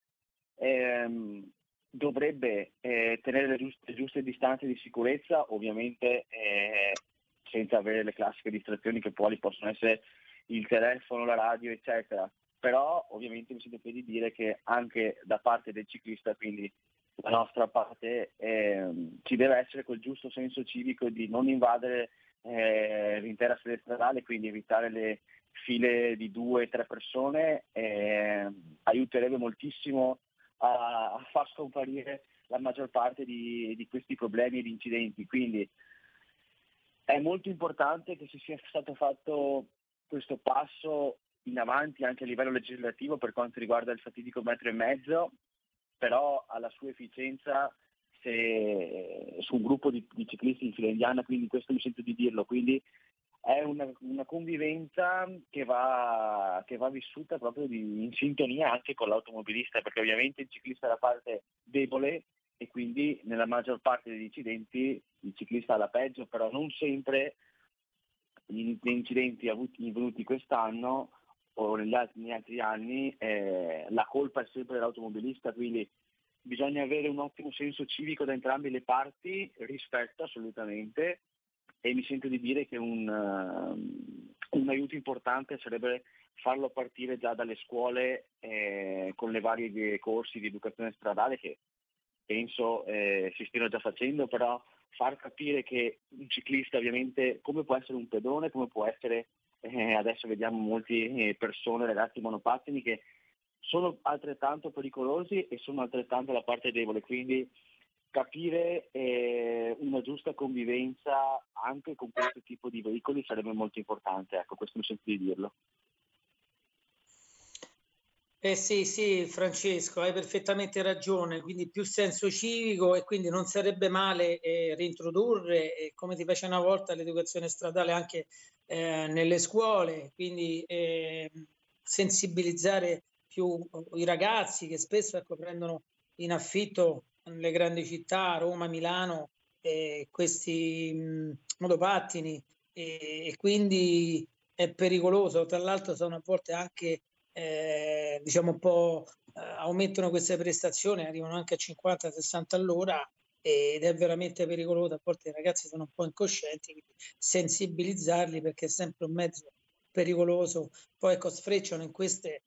S2: dovrebbe tenere le giuste distanze di sicurezza, ovviamente senza avere le classiche distrazioni che poi possono essere il telefono, la radio, eccetera. Però ovviamente mi sento di dire che anche da parte del ciclista, quindi la nostra parte, ci deve essere quel giusto senso civico di non invadere l'intera sede stradale, quindi evitare le file di 2-3 persone, aiuterebbe moltissimo a far scomparire la maggior parte di questi problemi e di incidenti. Quindi è molto importante che si sia stato fatto questo passo in avanti anche a livello legislativo per quanto riguarda il fatidico 1,5 metri, però alla sua efficienza su un gruppo di ciclisti in fila indiana, quindi questo mi sento di dirlo, quindi è una convivenza che va vissuta proprio in sintonia anche con l'automobilista, perché ovviamente il ciclista è la parte debole e quindi nella maggior parte degli incidenti il ciclista ha la peggio, però non sempre gli incidenti avvenuti quest'anno o negli altri anni la colpa è sempre dell'automobilista, quindi bisogna avere un ottimo senso civico da entrambe le parti, rispetto assolutamente, e mi sento di dire che un aiuto importante sarebbe farlo partire già dalle scuole con le varie corsi di educazione stradale che penso si stiano già facendo, però far capire che un ciclista ovviamente come può essere un pedone, come può essere adesso vediamo molte persone, ragazzi monopattini che sono altrettanto pericolosi e sono altrettanto la parte debole, quindi capire una giusta convivenza anche con questo tipo di veicoli sarebbe molto importante, ecco, questo mi sento di dirlo.
S22: Sì, Francesco, hai perfettamente ragione, quindi più senso civico e quindi non sarebbe male reintrodurre, come si faceva una volta, l'educazione stradale anche nelle scuole, quindi sensibilizzare più i ragazzi che spesso prendono in affitto nelle grandi città, Roma, Milano, questi monopattini e quindi è pericoloso, tra l'altro sono a volte anche diciamo un po' aumentano queste prestazioni, arrivano anche a 50-60 all'ora ed è veramente pericoloso, a volte i ragazzi sono un po' incoscienti, quindi sensibilizzarli perché è sempre un mezzo pericoloso, poi sfrecciano in queste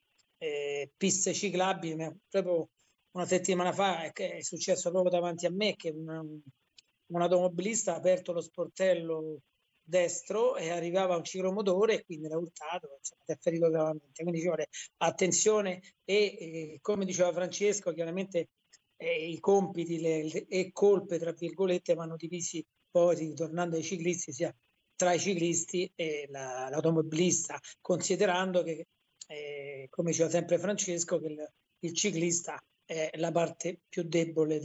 S22: piste ciclabili. Proprio una settimana fa è successo proprio davanti a me che un automobilista ha aperto lo sportello destro e arrivava un ciclomotore e quindi l'ha urtato, insomma, si è ferito gravemente. Quindi ci vuole attenzione e come diceva Francesco, chiaramente i compiti e colpe tra virgolette vanno divisi poi, tornando ai ciclisti, sia tra i ciclisti e l'automobilista, considerando che come diceva sempre Francesco che il ciclista è la parte più debole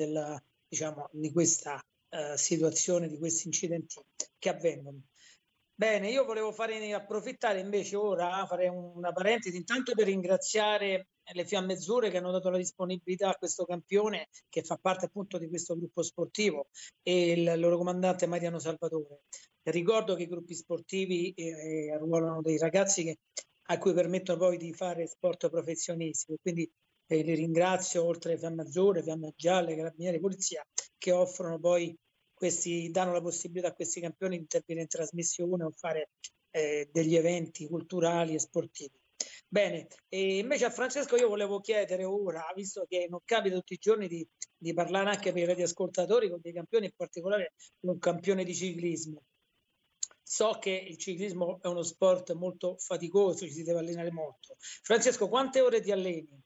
S22: di questa situazione, di questi incidenti che avvengono. Bene, io volevo approfittare invece ora, fare una parentesi, intanto per ringraziare le Fiamme Azzurre che hanno dato la disponibilità a questo campione che fa parte appunto di questo gruppo sportivo e il loro comandante Mariano Salvatore. Ricordo che i gruppi sportivi arruolano dei ragazzi a cui permettono poi di fare sport professionistico, quindi li ringrazio, oltre alle Fiamme Azzurre, Fiamme Gialle, Carabinieri, Polizia, che offrono poi danno la possibilità a questi campioni di intervenire in trasmissione o fare degli eventi culturali e sportivi. Bene, e invece a Francesco io volevo chiedere ora, visto che non capita tutti i giorni di parlare anche per i radioascoltatori con dei campioni, in particolare un campione di ciclismo. So che il ciclismo è uno sport molto faticoso, ci si deve allenare molto. Francesco, quante ore ti alleni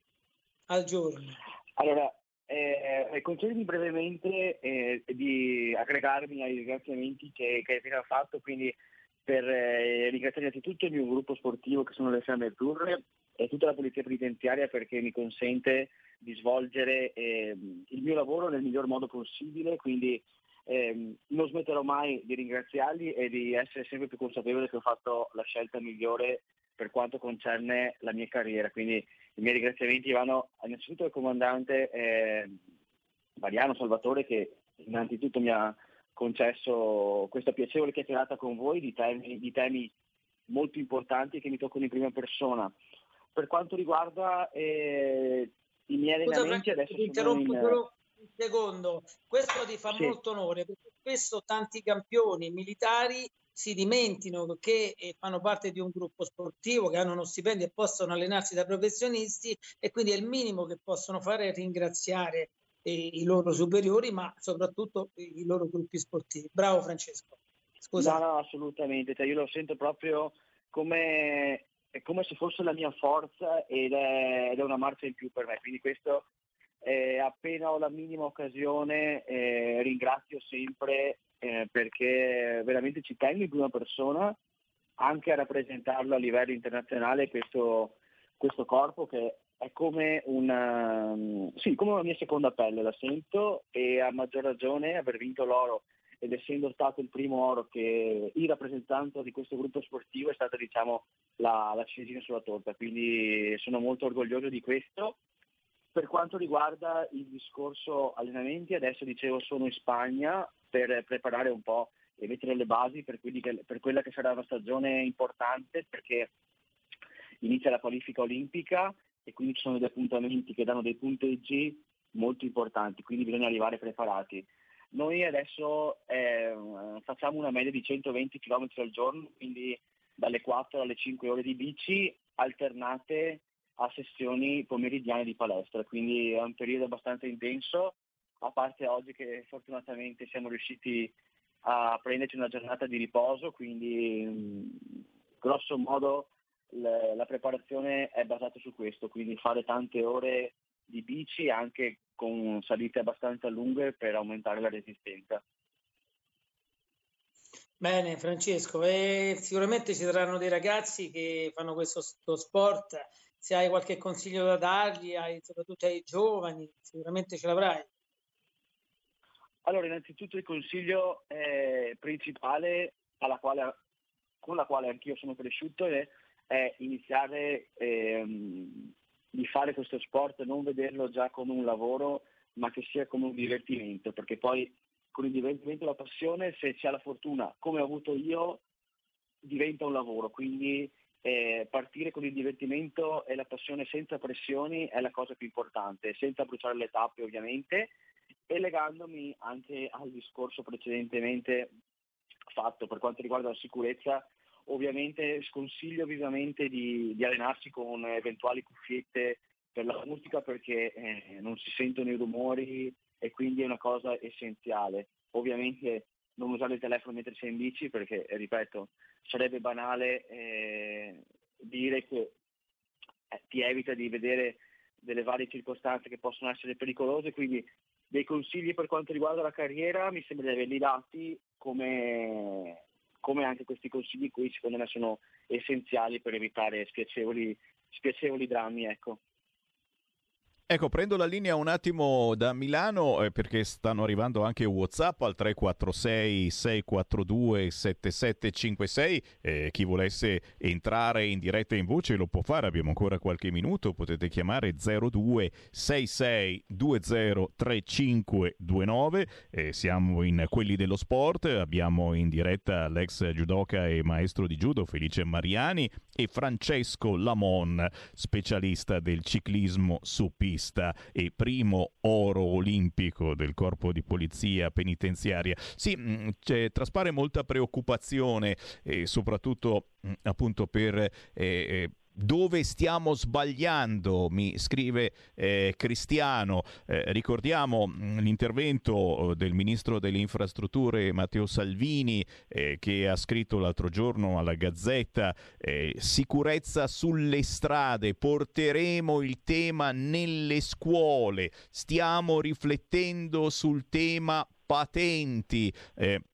S22: al giorno?
S2: Allora, concedimi brevemente di aggregarmi ai ringraziamenti che hai appena fatto, quindi per ringraziare innanzitutto il mio gruppo sportivo che sono le Fiamme Azzurre e tutta la polizia penitenziaria perché mi consente di svolgere il mio lavoro nel miglior modo possibile, quindi non smetterò mai di ringraziarli e di essere sempre più consapevole che ho fatto la scelta migliore per quanto concerne la mia carriera. Quindi i miei ringraziamenti vanno innanzitutto al comandante Mariano Salvatore che innanzitutto mi ha concesso questa piacevole chiacchierata con voi di temi molto importanti che mi toccano in prima persona. Per quanto riguarda i miei allenamenti, adesso
S22: ti interrompo solo un secondo. Questo ti fa molto onore, perché spesso tanti campioni militari si dimenticano che fanno parte di un gruppo sportivo, che hanno uno stipendio e possono allenarsi da professionisti, e quindi è il minimo che possono fare è ringraziare i loro superiori, ma soprattutto i loro gruppi sportivi. Bravo Francesco. Scusa.
S2: No, assolutamente. Io lo sento proprio come se fosse la mia forza ed è una marcia in più per me. Quindi questo, appena ho la minima occasione, ringrazio sempre, perché veramente ci tengo in prima persona anche a rappresentarlo a livello internazionale, questo corpo che è come una mia seconda pelle, la sento, e a maggior ragione aver vinto l'oro ed essendo stato il primo oro che il rappresentante di questo gruppo sportivo è stata, diciamo, la ciliegina sulla torta, quindi sono molto orgoglioso di questo. Per quanto riguarda il discorso allenamenti, adesso dicevo sono in Spagna per preparare un po' e mettere le basi per quella che sarà una stagione importante, perché inizia la qualifica olimpica e quindi ci sono degli appuntamenti che danno dei punteggi molto importanti, quindi bisogna arrivare preparati. Noi adesso facciamo una media di 120 km al giorno, quindi dalle 4 alle 5 ore di bici alternate a sessioni pomeridiane di palestra, quindi è un periodo abbastanza intenso, a parte oggi che fortunatamente siamo riusciti a prenderci una giornata di riposo, quindi grosso modo la preparazione è basata su questo, quindi fare tante ore di bici anche con salite abbastanza lunghe per aumentare la resistenza.
S22: Bene Francesco, sicuramente ci saranno dei ragazzi che fanno questo sport, se hai qualche consiglio da dargli, soprattutto ai giovani, sicuramente ce l'avrai.
S2: Allora, innanzitutto il consiglio principale con la quale anch'io sono cresciuto è iniziare di fare questo sport, non vederlo già come un lavoro, ma che sia come un divertimento, perché poi con il divertimento e la passione, se si ha la fortuna, come ho avuto io, diventa un lavoro, quindi partire con il divertimento e la passione senza pressioni è la cosa più importante, senza bruciare le tappe ovviamente, e legandomi anche al discorso precedentemente fatto per quanto riguarda la sicurezza. Ovviamente sconsiglio vivamente di allenarsi con eventuali cuffiette per la musica, perché non si sentono i rumori e quindi è una cosa essenziale. Ovviamente non usare il telefono mentre sei in bici, perché, ripeto, sarebbe banale dire che ti evita di vedere delle varie circostanze che possono essere pericolose, quindi dei consigli per quanto riguarda la carriera mi sembra di averli dati, come anche questi consigli qui secondo me sono essenziali per evitare spiacevoli drammi, ecco.
S3: Ecco, prendo la linea un attimo da Milano perché stanno arrivando anche WhatsApp al 346-642-7756. Chi volesse entrare in diretta in voce lo può fare, abbiamo ancora qualche minuto, potete chiamare 0266203529. Siamo in Quelli dello Sport, abbiamo in diretta l'ex judoka e maestro di judo Felice Mariani e Francesco Lamon, specialista del ciclismo su pista e primo oro olimpico del corpo di polizia penitenziaria. Sì, traspare molta preoccupazione, soprattutto appunto per dove stiamo sbagliando, mi scrive Cristiano. Ricordiamo l'intervento del ministro delle infrastrutture Matteo Salvini che ha scritto l'altro giorno alla Gazzetta: sicurezza sulle strade, porteremo il tema nelle scuole, stiamo riflettendo sul tema patenti.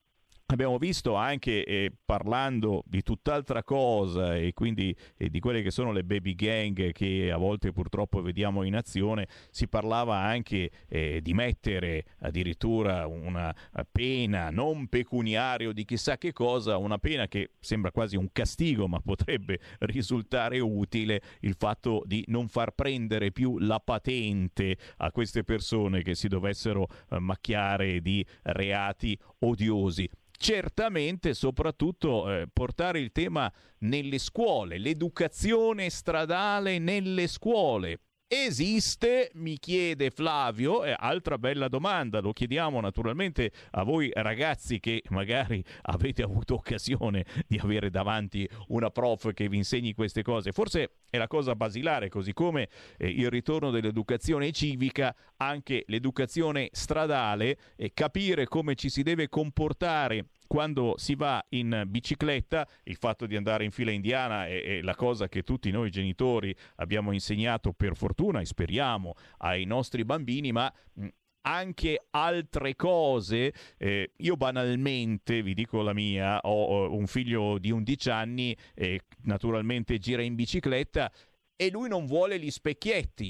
S3: Abbiamo visto anche, parlando di tutt'altra cosa e quindi di quelle che sono le baby gang che a volte purtroppo vediamo in azione, si parlava anche di mettere addirittura una pena non pecuniaria o di chissà che cosa, una pena che sembra quasi un castigo ma potrebbe risultare utile, il fatto di non far prendere più la patente a queste persone che si dovessero macchiare di reati odiosi. Certamente, soprattutto portare il tema nelle scuole, l'educazione stradale nelle scuole. Esiste? Mi chiede Flavio, altra bella domanda, lo chiediamo naturalmente a voi ragazzi che magari avete avuto occasione di avere davanti una prof che vi insegni queste cose. Forse è la cosa basilare, così come il ritorno dell'educazione civica, anche l'educazione stradale, capire come ci si deve comportare quando si va in bicicletta. Il fatto di andare in fila indiana è la cosa che tutti noi genitori abbiamo insegnato, per fortuna, e speriamo, ai nostri bambini, ma anche altre cose. Io banalmente, vi dico la mia, ho un figlio di 11 anni e naturalmente gira in bicicletta e lui non vuole gli specchietti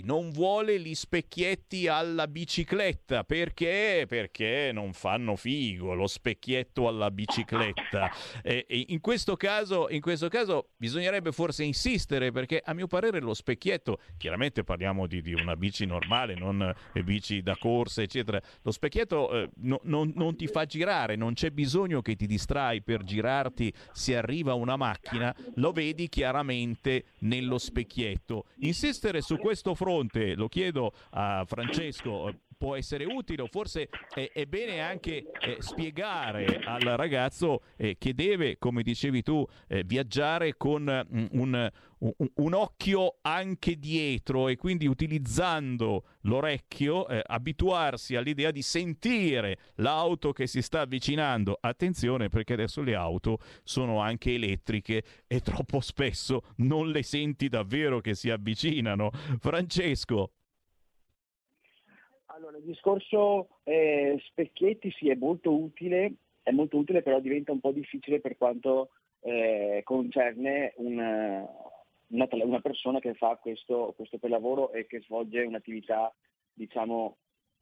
S3: alla bicicletta. Perché non fanno figo lo specchietto alla bicicletta. E in questo caso bisognerebbe forse insistere, perché a mio parere lo specchietto, chiaramente parliamo di una bici normale, non bici da corsa eccetera, lo specchietto non ti fa girare, non c'è bisogno che ti distrai per girarti se arriva una macchina, lo vedi chiaramente nello specchietto. Insistere su questo fronte, lo chiedo a Francesco, può essere utile, o forse è bene anche spiegare al ragazzo che deve, come dicevi tu, viaggiare con un occhio anche dietro, e quindi utilizzando l'orecchio abituarsi all'idea di sentire l'auto che si sta avvicinando. Attenzione, perché adesso le auto sono anche elettriche e troppo spesso non le senti davvero che si avvicinano. Francesco.
S2: Allora, il discorso specchietti sì, è molto utile, però diventa un po' difficile per quanto concerne una persona che fa questo per lavoro e che svolge un'attività, diciamo,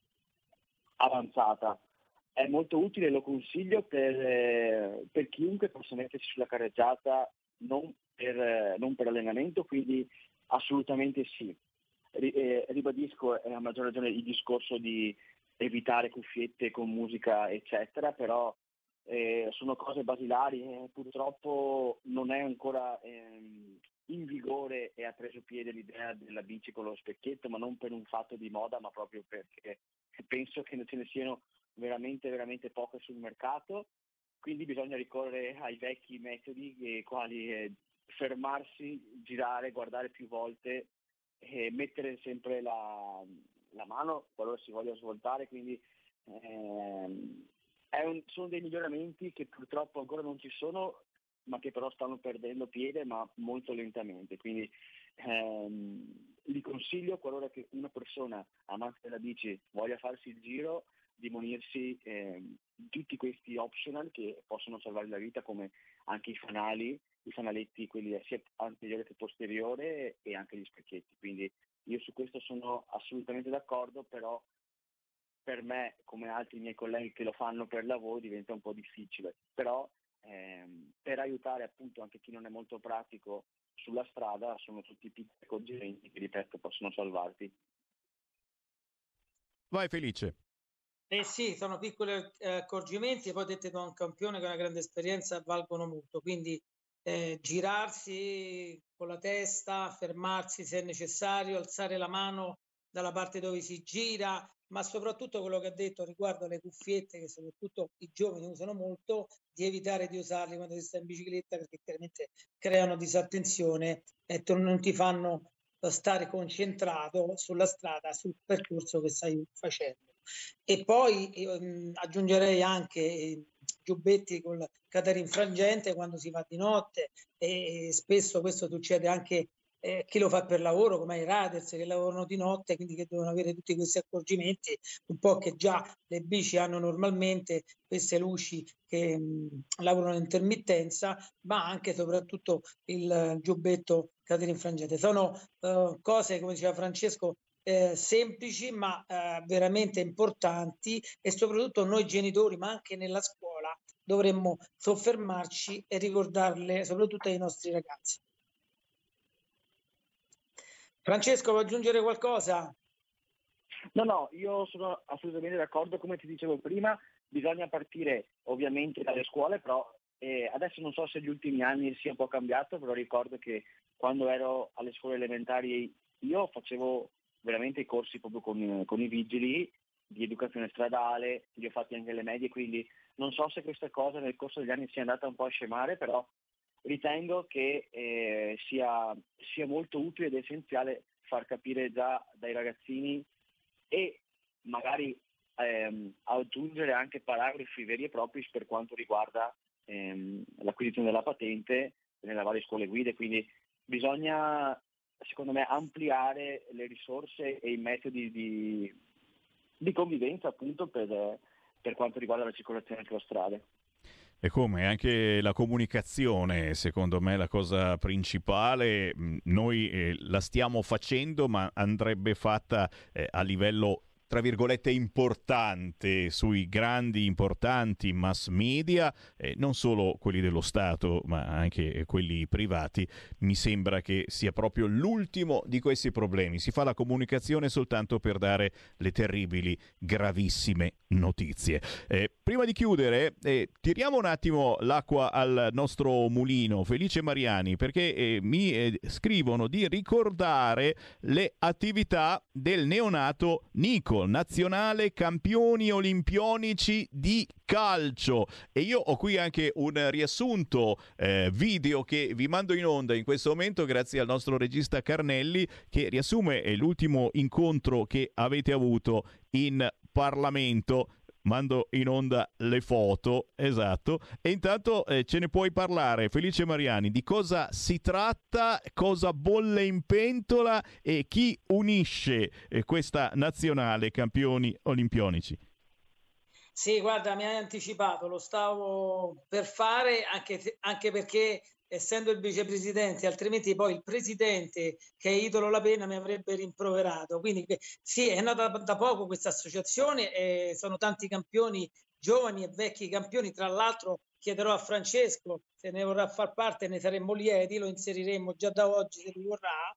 S2: avanzata. È molto utile, lo consiglio per chiunque possa mettersi sulla carreggiata, non per allenamento, quindi assolutamente sì. Ribadisco a maggior ragione il discorso di evitare cuffiette con musica eccetera, però sono cose basilari. Purtroppo non è ancora in vigore e ha preso piede l'idea della bici con lo specchietto, ma non per un fatto di moda, ma proprio perché penso che ce ne siano veramente veramente poche sul mercato, quindi bisogna ricorrere ai vecchi metodi quali fermarsi, girare, guardare più volte e mettere sempre la mano qualora si voglia svoltare, quindi sono dei miglioramenti che purtroppo ancora non ci sono, ma che però stanno perdendo piede, ma molto lentamente. Quindi vi consiglio, qualora che una persona amante della bici voglia farsi il giro, di munirsi tutti questi optional che possono salvare la vita, come anche i fanaletti, quelli sia anteriore che posteriore, e anche gli specchietti. Quindi io su questo sono assolutamente d'accordo, però per me, come altri miei colleghi che lo fanno per lavoro, diventa un po' difficile. Però per aiutare appunto anche chi non è molto pratico sulla strada, sono tutti piccoli accorgimenti che, ripeto, possono salvarti.
S3: Vai Felice.
S22: Sì, sono piccoli accorgimenti, e poi dette da un campione che ha una grande esperienza, valgono molto. Quindi girarsi con la testa, fermarsi se è necessario, alzare la mano dalla parte dove si gira, ma soprattutto quello che ha detto riguardo alle cuffiette, che soprattutto i giovani usano molto, di evitare di usarli quando si sta in bicicletta, perché chiaramente creano disattenzione e non ti fanno stare concentrato sulla strada, sul percorso che stai facendo. E poi aggiungerei anche giubbetti con il catering frangente quando si va di notte, e spesso questo succede anche chi lo fa per lavoro, come i radars che lavorano di notte, quindi che devono avere tutti questi accorgimenti, un po' che già le bici hanno normalmente queste luci che lavorano in intermittenza, ma anche e soprattutto il giubbetto caterinfrangente. Sono cose, come diceva Francesco, semplici ma veramente importanti, e soprattutto noi genitori, ma anche nella scuola, dovremmo soffermarci e ricordarle soprattutto ai nostri ragazzi. Francesco, vuoi aggiungere qualcosa?
S2: No, io sono assolutamente d'accordo, come ti dicevo prima, bisogna partire ovviamente dalle scuole, però adesso non so se negli ultimi anni sia un po' cambiato, però ricordo che quando ero alle scuole elementari io facevo veramente i corsi proprio con i vigili di educazione stradale, li ho fatti anche alle medie, quindi non so se questa cosa nel corso degli anni sia andata un po' a scemare, però ritengo che sia molto utile ed essenziale far capire già dai ragazzini e magari aggiungere anche paragrafi veri e propri per quanto riguarda l'acquisizione della patente nelle varie scuole guide, quindi bisogna secondo me ampliare le risorse e i metodi di convivenza appunto per quanto riguarda la circolazione sulle strade.
S3: E come anche la comunicazione, secondo me, è la cosa principale. Noi la stiamo facendo, ma andrebbe fatta a livello, tra virgolette, importante, sui grandi, importanti mass media, non solo quelli dello Stato, ma anche quelli privati. Mi sembra che sia proprio l'ultimo di questi problemi. Si fa la comunicazione soltanto per dare le terribili, gravissime notizie. Prima di chiudere, tiriamo un attimo l'acqua al nostro mulino, Felice Mariani, perché mi scrivono di ricordare le attività del neonato Nico, nazionale campioni olimpionici di calcio, e io ho qui anche un riassunto video che vi mando in onda in questo momento grazie al nostro regista Carnelli, che riassume l'ultimo incontro che avete avuto in Parlamento. Mando in onda le foto, esatto, e intanto ce ne puoi parlare, Felice Mariani, di cosa si tratta, cosa bolle in pentola e chi unisce questa nazionale campioni olimpionici.
S22: Sì, guarda, mi hai anticipato, lo stavo per fare anche perché essendo il vicepresidente, altrimenti poi il presidente, che è Italo La Penna, mi avrebbe rimproverato. Quindi sì, è nata da poco questa associazione e sono tanti campioni, giovani e vecchi campioni. Tra l'altro chiederò a Francesco se ne vorrà far parte, ne saremmo lieti, lo inseriremo già da oggi se lui vorrà.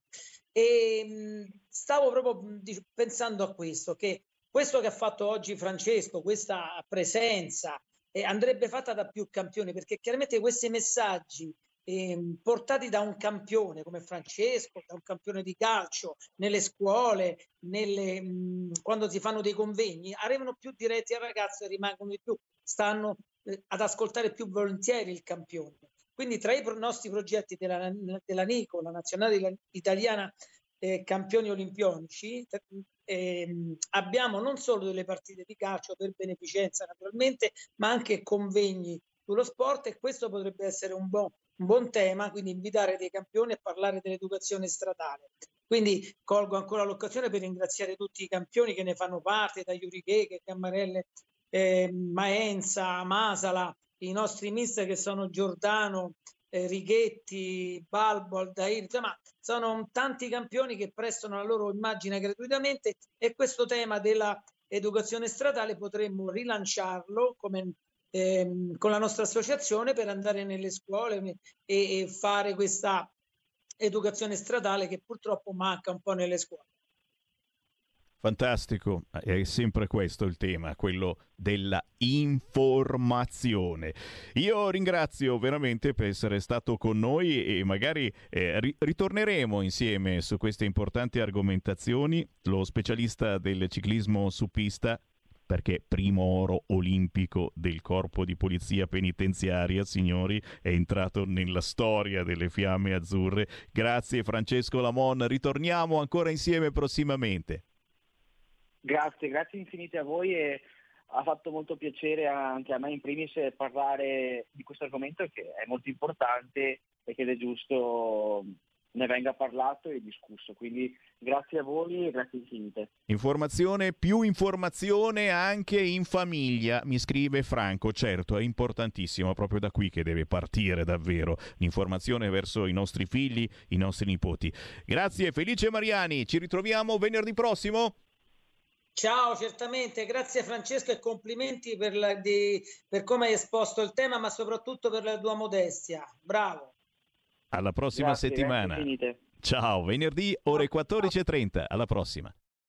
S22: E stavo proprio pensando a questo, che questo che ha fatto oggi Francesco, questa presenza, andrebbe fatta da più campioni, perché chiaramente questi messaggi portati da un campione come Francesco, da un campione di calcio, nelle scuole, quando si fanno dei convegni, arrivano più diretti al ragazzo e rimangono di più, stanno ad ascoltare più volentieri il campione. Quindi tra i nostri progetti della NICO, la nazionale italiana campioni olimpionici, abbiamo non solo delle partite di calcio per beneficenza naturalmente, ma anche convegni sullo sport, e questo potrebbe essere un buon tema, quindi invitare dei campioni a parlare dell'educazione stradale. Quindi colgo ancora l'occasione per ringraziare tutti i campioni che ne fanno parte, da Iuricheghe, Cammarelle, Maenza, Masala, i nostri mister che sono Giordano, Righetti, Balbo, Aldair, insomma sono tanti campioni che prestano la loro immagine gratuitamente, e questo tema della educazione stradale potremmo rilanciarlo come con la nostra associazione, per andare nelle scuole e fare questa educazione stradale che purtroppo manca un po' nelle scuole.
S3: Fantastico, è sempre questo il tema, quello della informazione. Io ringrazio veramente per essere stato con noi e magari ritorneremo insieme su queste importanti argomentazioni. Lo specialista del ciclismo su pista, perché primo oro olimpico del corpo di polizia penitenziaria, signori, è entrato nella storia delle Fiamme Azzurre. Grazie Francesco Lamon, ritorniamo ancora insieme prossimamente.
S2: Grazie infinite a voi, e ha fatto molto piacere anche a me in primis parlare di questo argomento che è molto importante e che è giusto ne venga parlato e discusso. Quindi grazie a voi e grazie infinite.
S3: Informazione, più informazione anche in famiglia, mi scrive Franco. Certo, è importantissimo, proprio da qui che deve partire davvero l'informazione verso i nostri figli, i nostri nipoti. Grazie Felice Mariani, ci ritroviamo venerdì prossimo.
S22: Ciao, certamente, grazie Francesco e complimenti per come hai esposto il tema, ma soprattutto per la tua modestia. Bravo.
S3: Alla prossima settimana. Ciao, venerdì ore 14:30. Alla prossima.